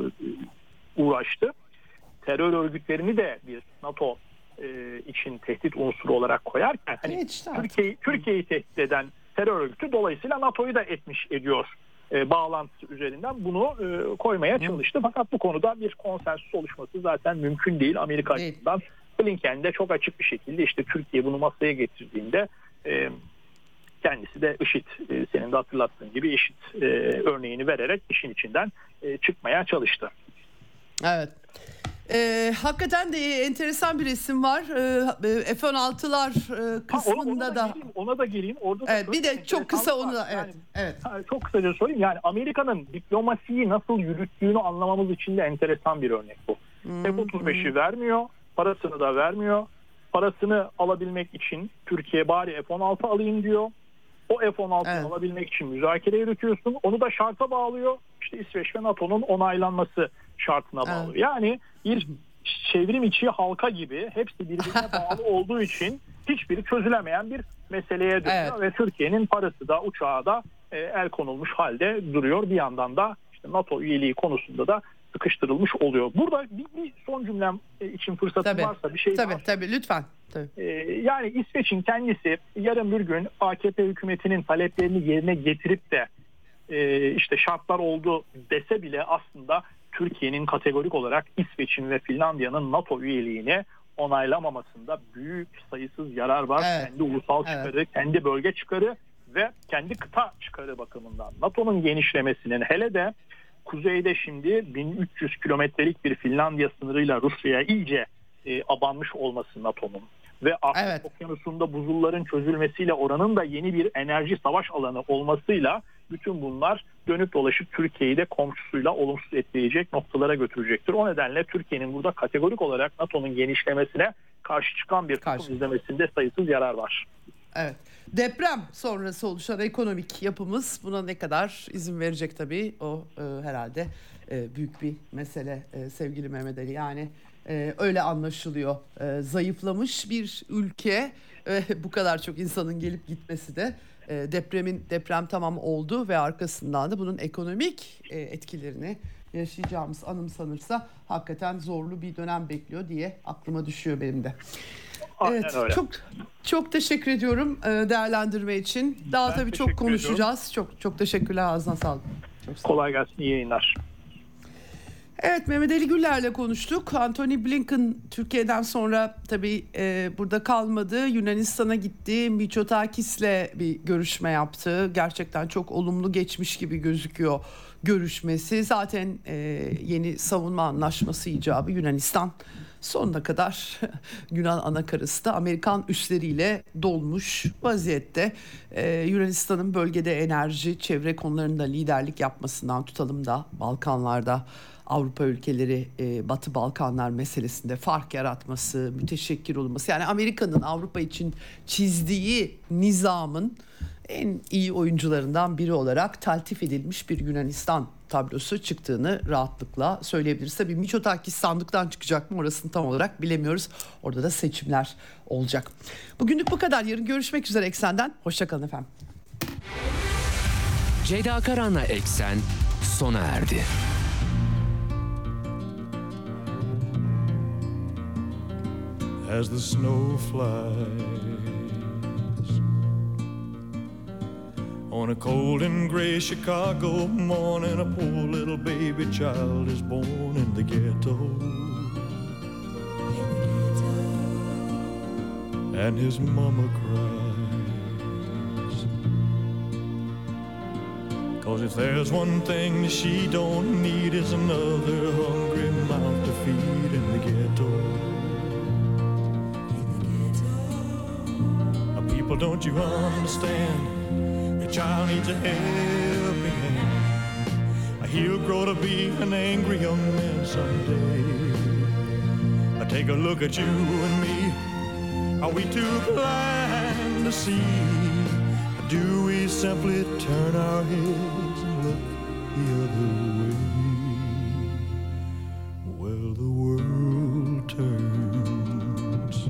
uğraştı. Terör örgütlerini de bir NATO e, için tehdit unsuru olarak koyarken hani Türkiye'yi Türkiye'yi tehdit eden terör örgütü dolayısıyla NATO'yu da etmiş ediyor. E, bağlantısı üzerinden bunu e, koymaya çalıştı. Fakat bu konuda bir konsensüs oluşması zaten mümkün değil Amerika değil. açısından. Blinken de çok açık bir şekilde işte Türkiye bunu masaya getirdiğinde e, kendisi de IŞİD, e, senin de hatırlattığın gibi IŞİD e, örneğini vererek işin içinden e, çıkmaya çalıştı. Evet. Ee, hakikaten de enteresan bir resim var. Ee, F on altılar e, kısmında ha, ona, ona da, da geleyim, ona da geleyim. Orada evet, da bir de çok kısa onu da evet, yani, evet. Çok kısaca söyleyeyim. Yani Amerika'nın diplomasiyi nasıl yürüttüğünü anlamamız için de enteresan bir örnek bu. F otuz beşi vermiyor, parasını da vermiyor. Parasını alabilmek için Türkiye bari F on altı alayım diyor. O F on altıyı evet. alabilmek için müzakere yürütüyorsun. Onu da şarta bağlıyor. İşte İsveç ve NATO'nun onaylanması şartına bağlı. Evet. Yani bir çevrim içi halka gibi hepsi birbirine bağlı olduğu için hiçbiri çözülemeyen bir meseleye dönüyor. Evet. Ve Türkiye'nin parası da uçağı da e, el konulmuş halde duruyor. Bir yandan da işte NATO üyeliği konusunda da sıkıştırılmış oluyor. Burada bir, bir son cümlem için fırsatım tabii. varsa bir şey tabii, var. Tabii lütfen. Tabii. Ee, yani İsveç'in kendisi yarın bir gün A K P hükümetinin taleplerini yerine getirip de e, işte şartlar oldu dese bile aslında Türkiye'nin kategorik olarak İsveç'in ve Finlandiya'nın NATO üyeliğini onaylamamasında büyük sayısız yarar var. Evet. Kendi ulusal çıkarı, evet. kendi bölge çıkarı ve kendi kıta çıkarı bakımından. NATO'nun genişlemesinin hele de kuzeyde şimdi bin üç yüz kilometrelik bir Finlandiya sınırıyla Rusya'ya iyice e, abanmış olması NATO'nun ve Arktik evet. Okyanusu'nda buzulların çözülmesiyle oranın da yeni bir enerji savaş alanı olmasıyla bütün bunlar dönüp dolaşıp Türkiye'yi de komşusuyla olumsuz etkileyecek noktalara götürecektir. O nedenle Türkiye'nin burada kategorik olarak NATO'nun genişlemesine karşı çıkan bir tutum izlemesinde sayısız yarar var. Evet. Deprem sonrası oluşan ekonomik yapımız buna ne kadar izin verecek tabii o e, herhalde e, büyük bir mesele e, sevgili Mehmet Ali. Yani e, öyle anlaşılıyor. E, zayıflamış bir ülke e, bu kadar çok insanın gelip gitmesi de e, depremin deprem tamam oldu ve arkasından da bunun ekonomik e, etkilerini yaşayacağımız anımsanırsa hakikaten zorlu bir dönem bekliyor diye aklıma düşüyor benim de. Evet, öyle. çok çok teşekkür ediyorum değerlendirme için. Daha ben tabii çok konuşacağız. Ediyorum. Çok çok teşekkürler, ağzına sağlık. Çok sağ Kolay gelsin, iyi yayınlar. Evet, Mehmet Ali Güller'le konuştuk. Antony Blinken Türkiye'den sonra tabii e, burada kalmadı. Yunanistan'a gitti. Mitsotakis'le bir görüşme yaptı. Gerçekten çok olumlu geçmiş gibi gözüküyor görüşmesi. Zaten e, yeni savunma anlaşması icabı Yunanistan sonuna kadar Yunan anakarası da Amerikan üsleriyle dolmuş vaziyette. Ee, Yunanistan'ın bölgede enerji, çevre konularında liderlik yapmasından tutalım da Balkanlarda Avrupa ülkeleri e, Batı Balkanlar meselesinde fark yaratması, müteşekkir olması, yani Amerika'nın Avrupa için çizdiği nizamın en iyi oyuncularından biri olarak taltif edilmiş bir Yunanistan tablosu çıktığını rahatlıkla söyleyebiliriz. Tabii Mitsotakis sandıktan çıkacak mı orasını tam olarak bilemiyoruz. Orada da seçimler olacak. Bugünlük bu kadar. Yarın görüşmek üzere Eksen'den. Hoşça kalın efendim. Ceyda Karan'la Eksen sona erdi. As the snow flies on a cold and gray Chicago morning, a poor little baby child is born in the ghetto. And his mama cries, 'cause if there's one thing that she don't need is another hungry mouth to feed in the ghetto. People, don't you understand? The child needs a helping hand. He'll grow to be an angry young man someday. Take a look at you and me. Are we too blind to see? Do we simply turn our heads and look the other way? Well, the world turns,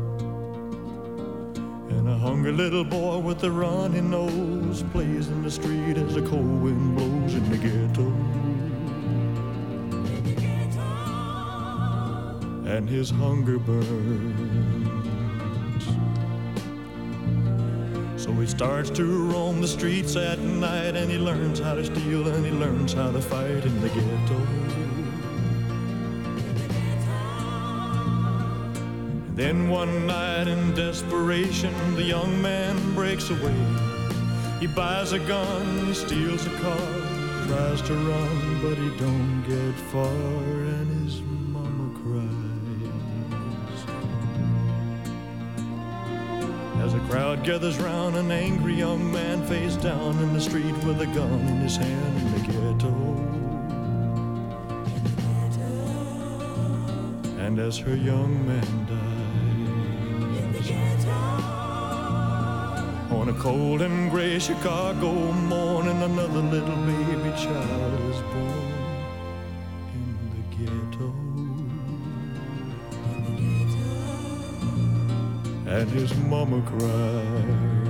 and a hungry little boy with a runny nose plays in the street as the cold wind blows in the ghetto. And his hunger burns, so he starts to roam the streets at night, and he learns how to steal and he learns how to fight in the ghetto. And then one night in desperation, the young man breaks away. He buys a gun, he steals a car, tries to run, but he don't get far, and his mama cries. As a crowd gathers round an angry young man face down in the street with a gun in his hand in the ghetto. And as her young man dies on a cold and gray Chicago morning, another little baby child is born in the ghetto. And his mama cried.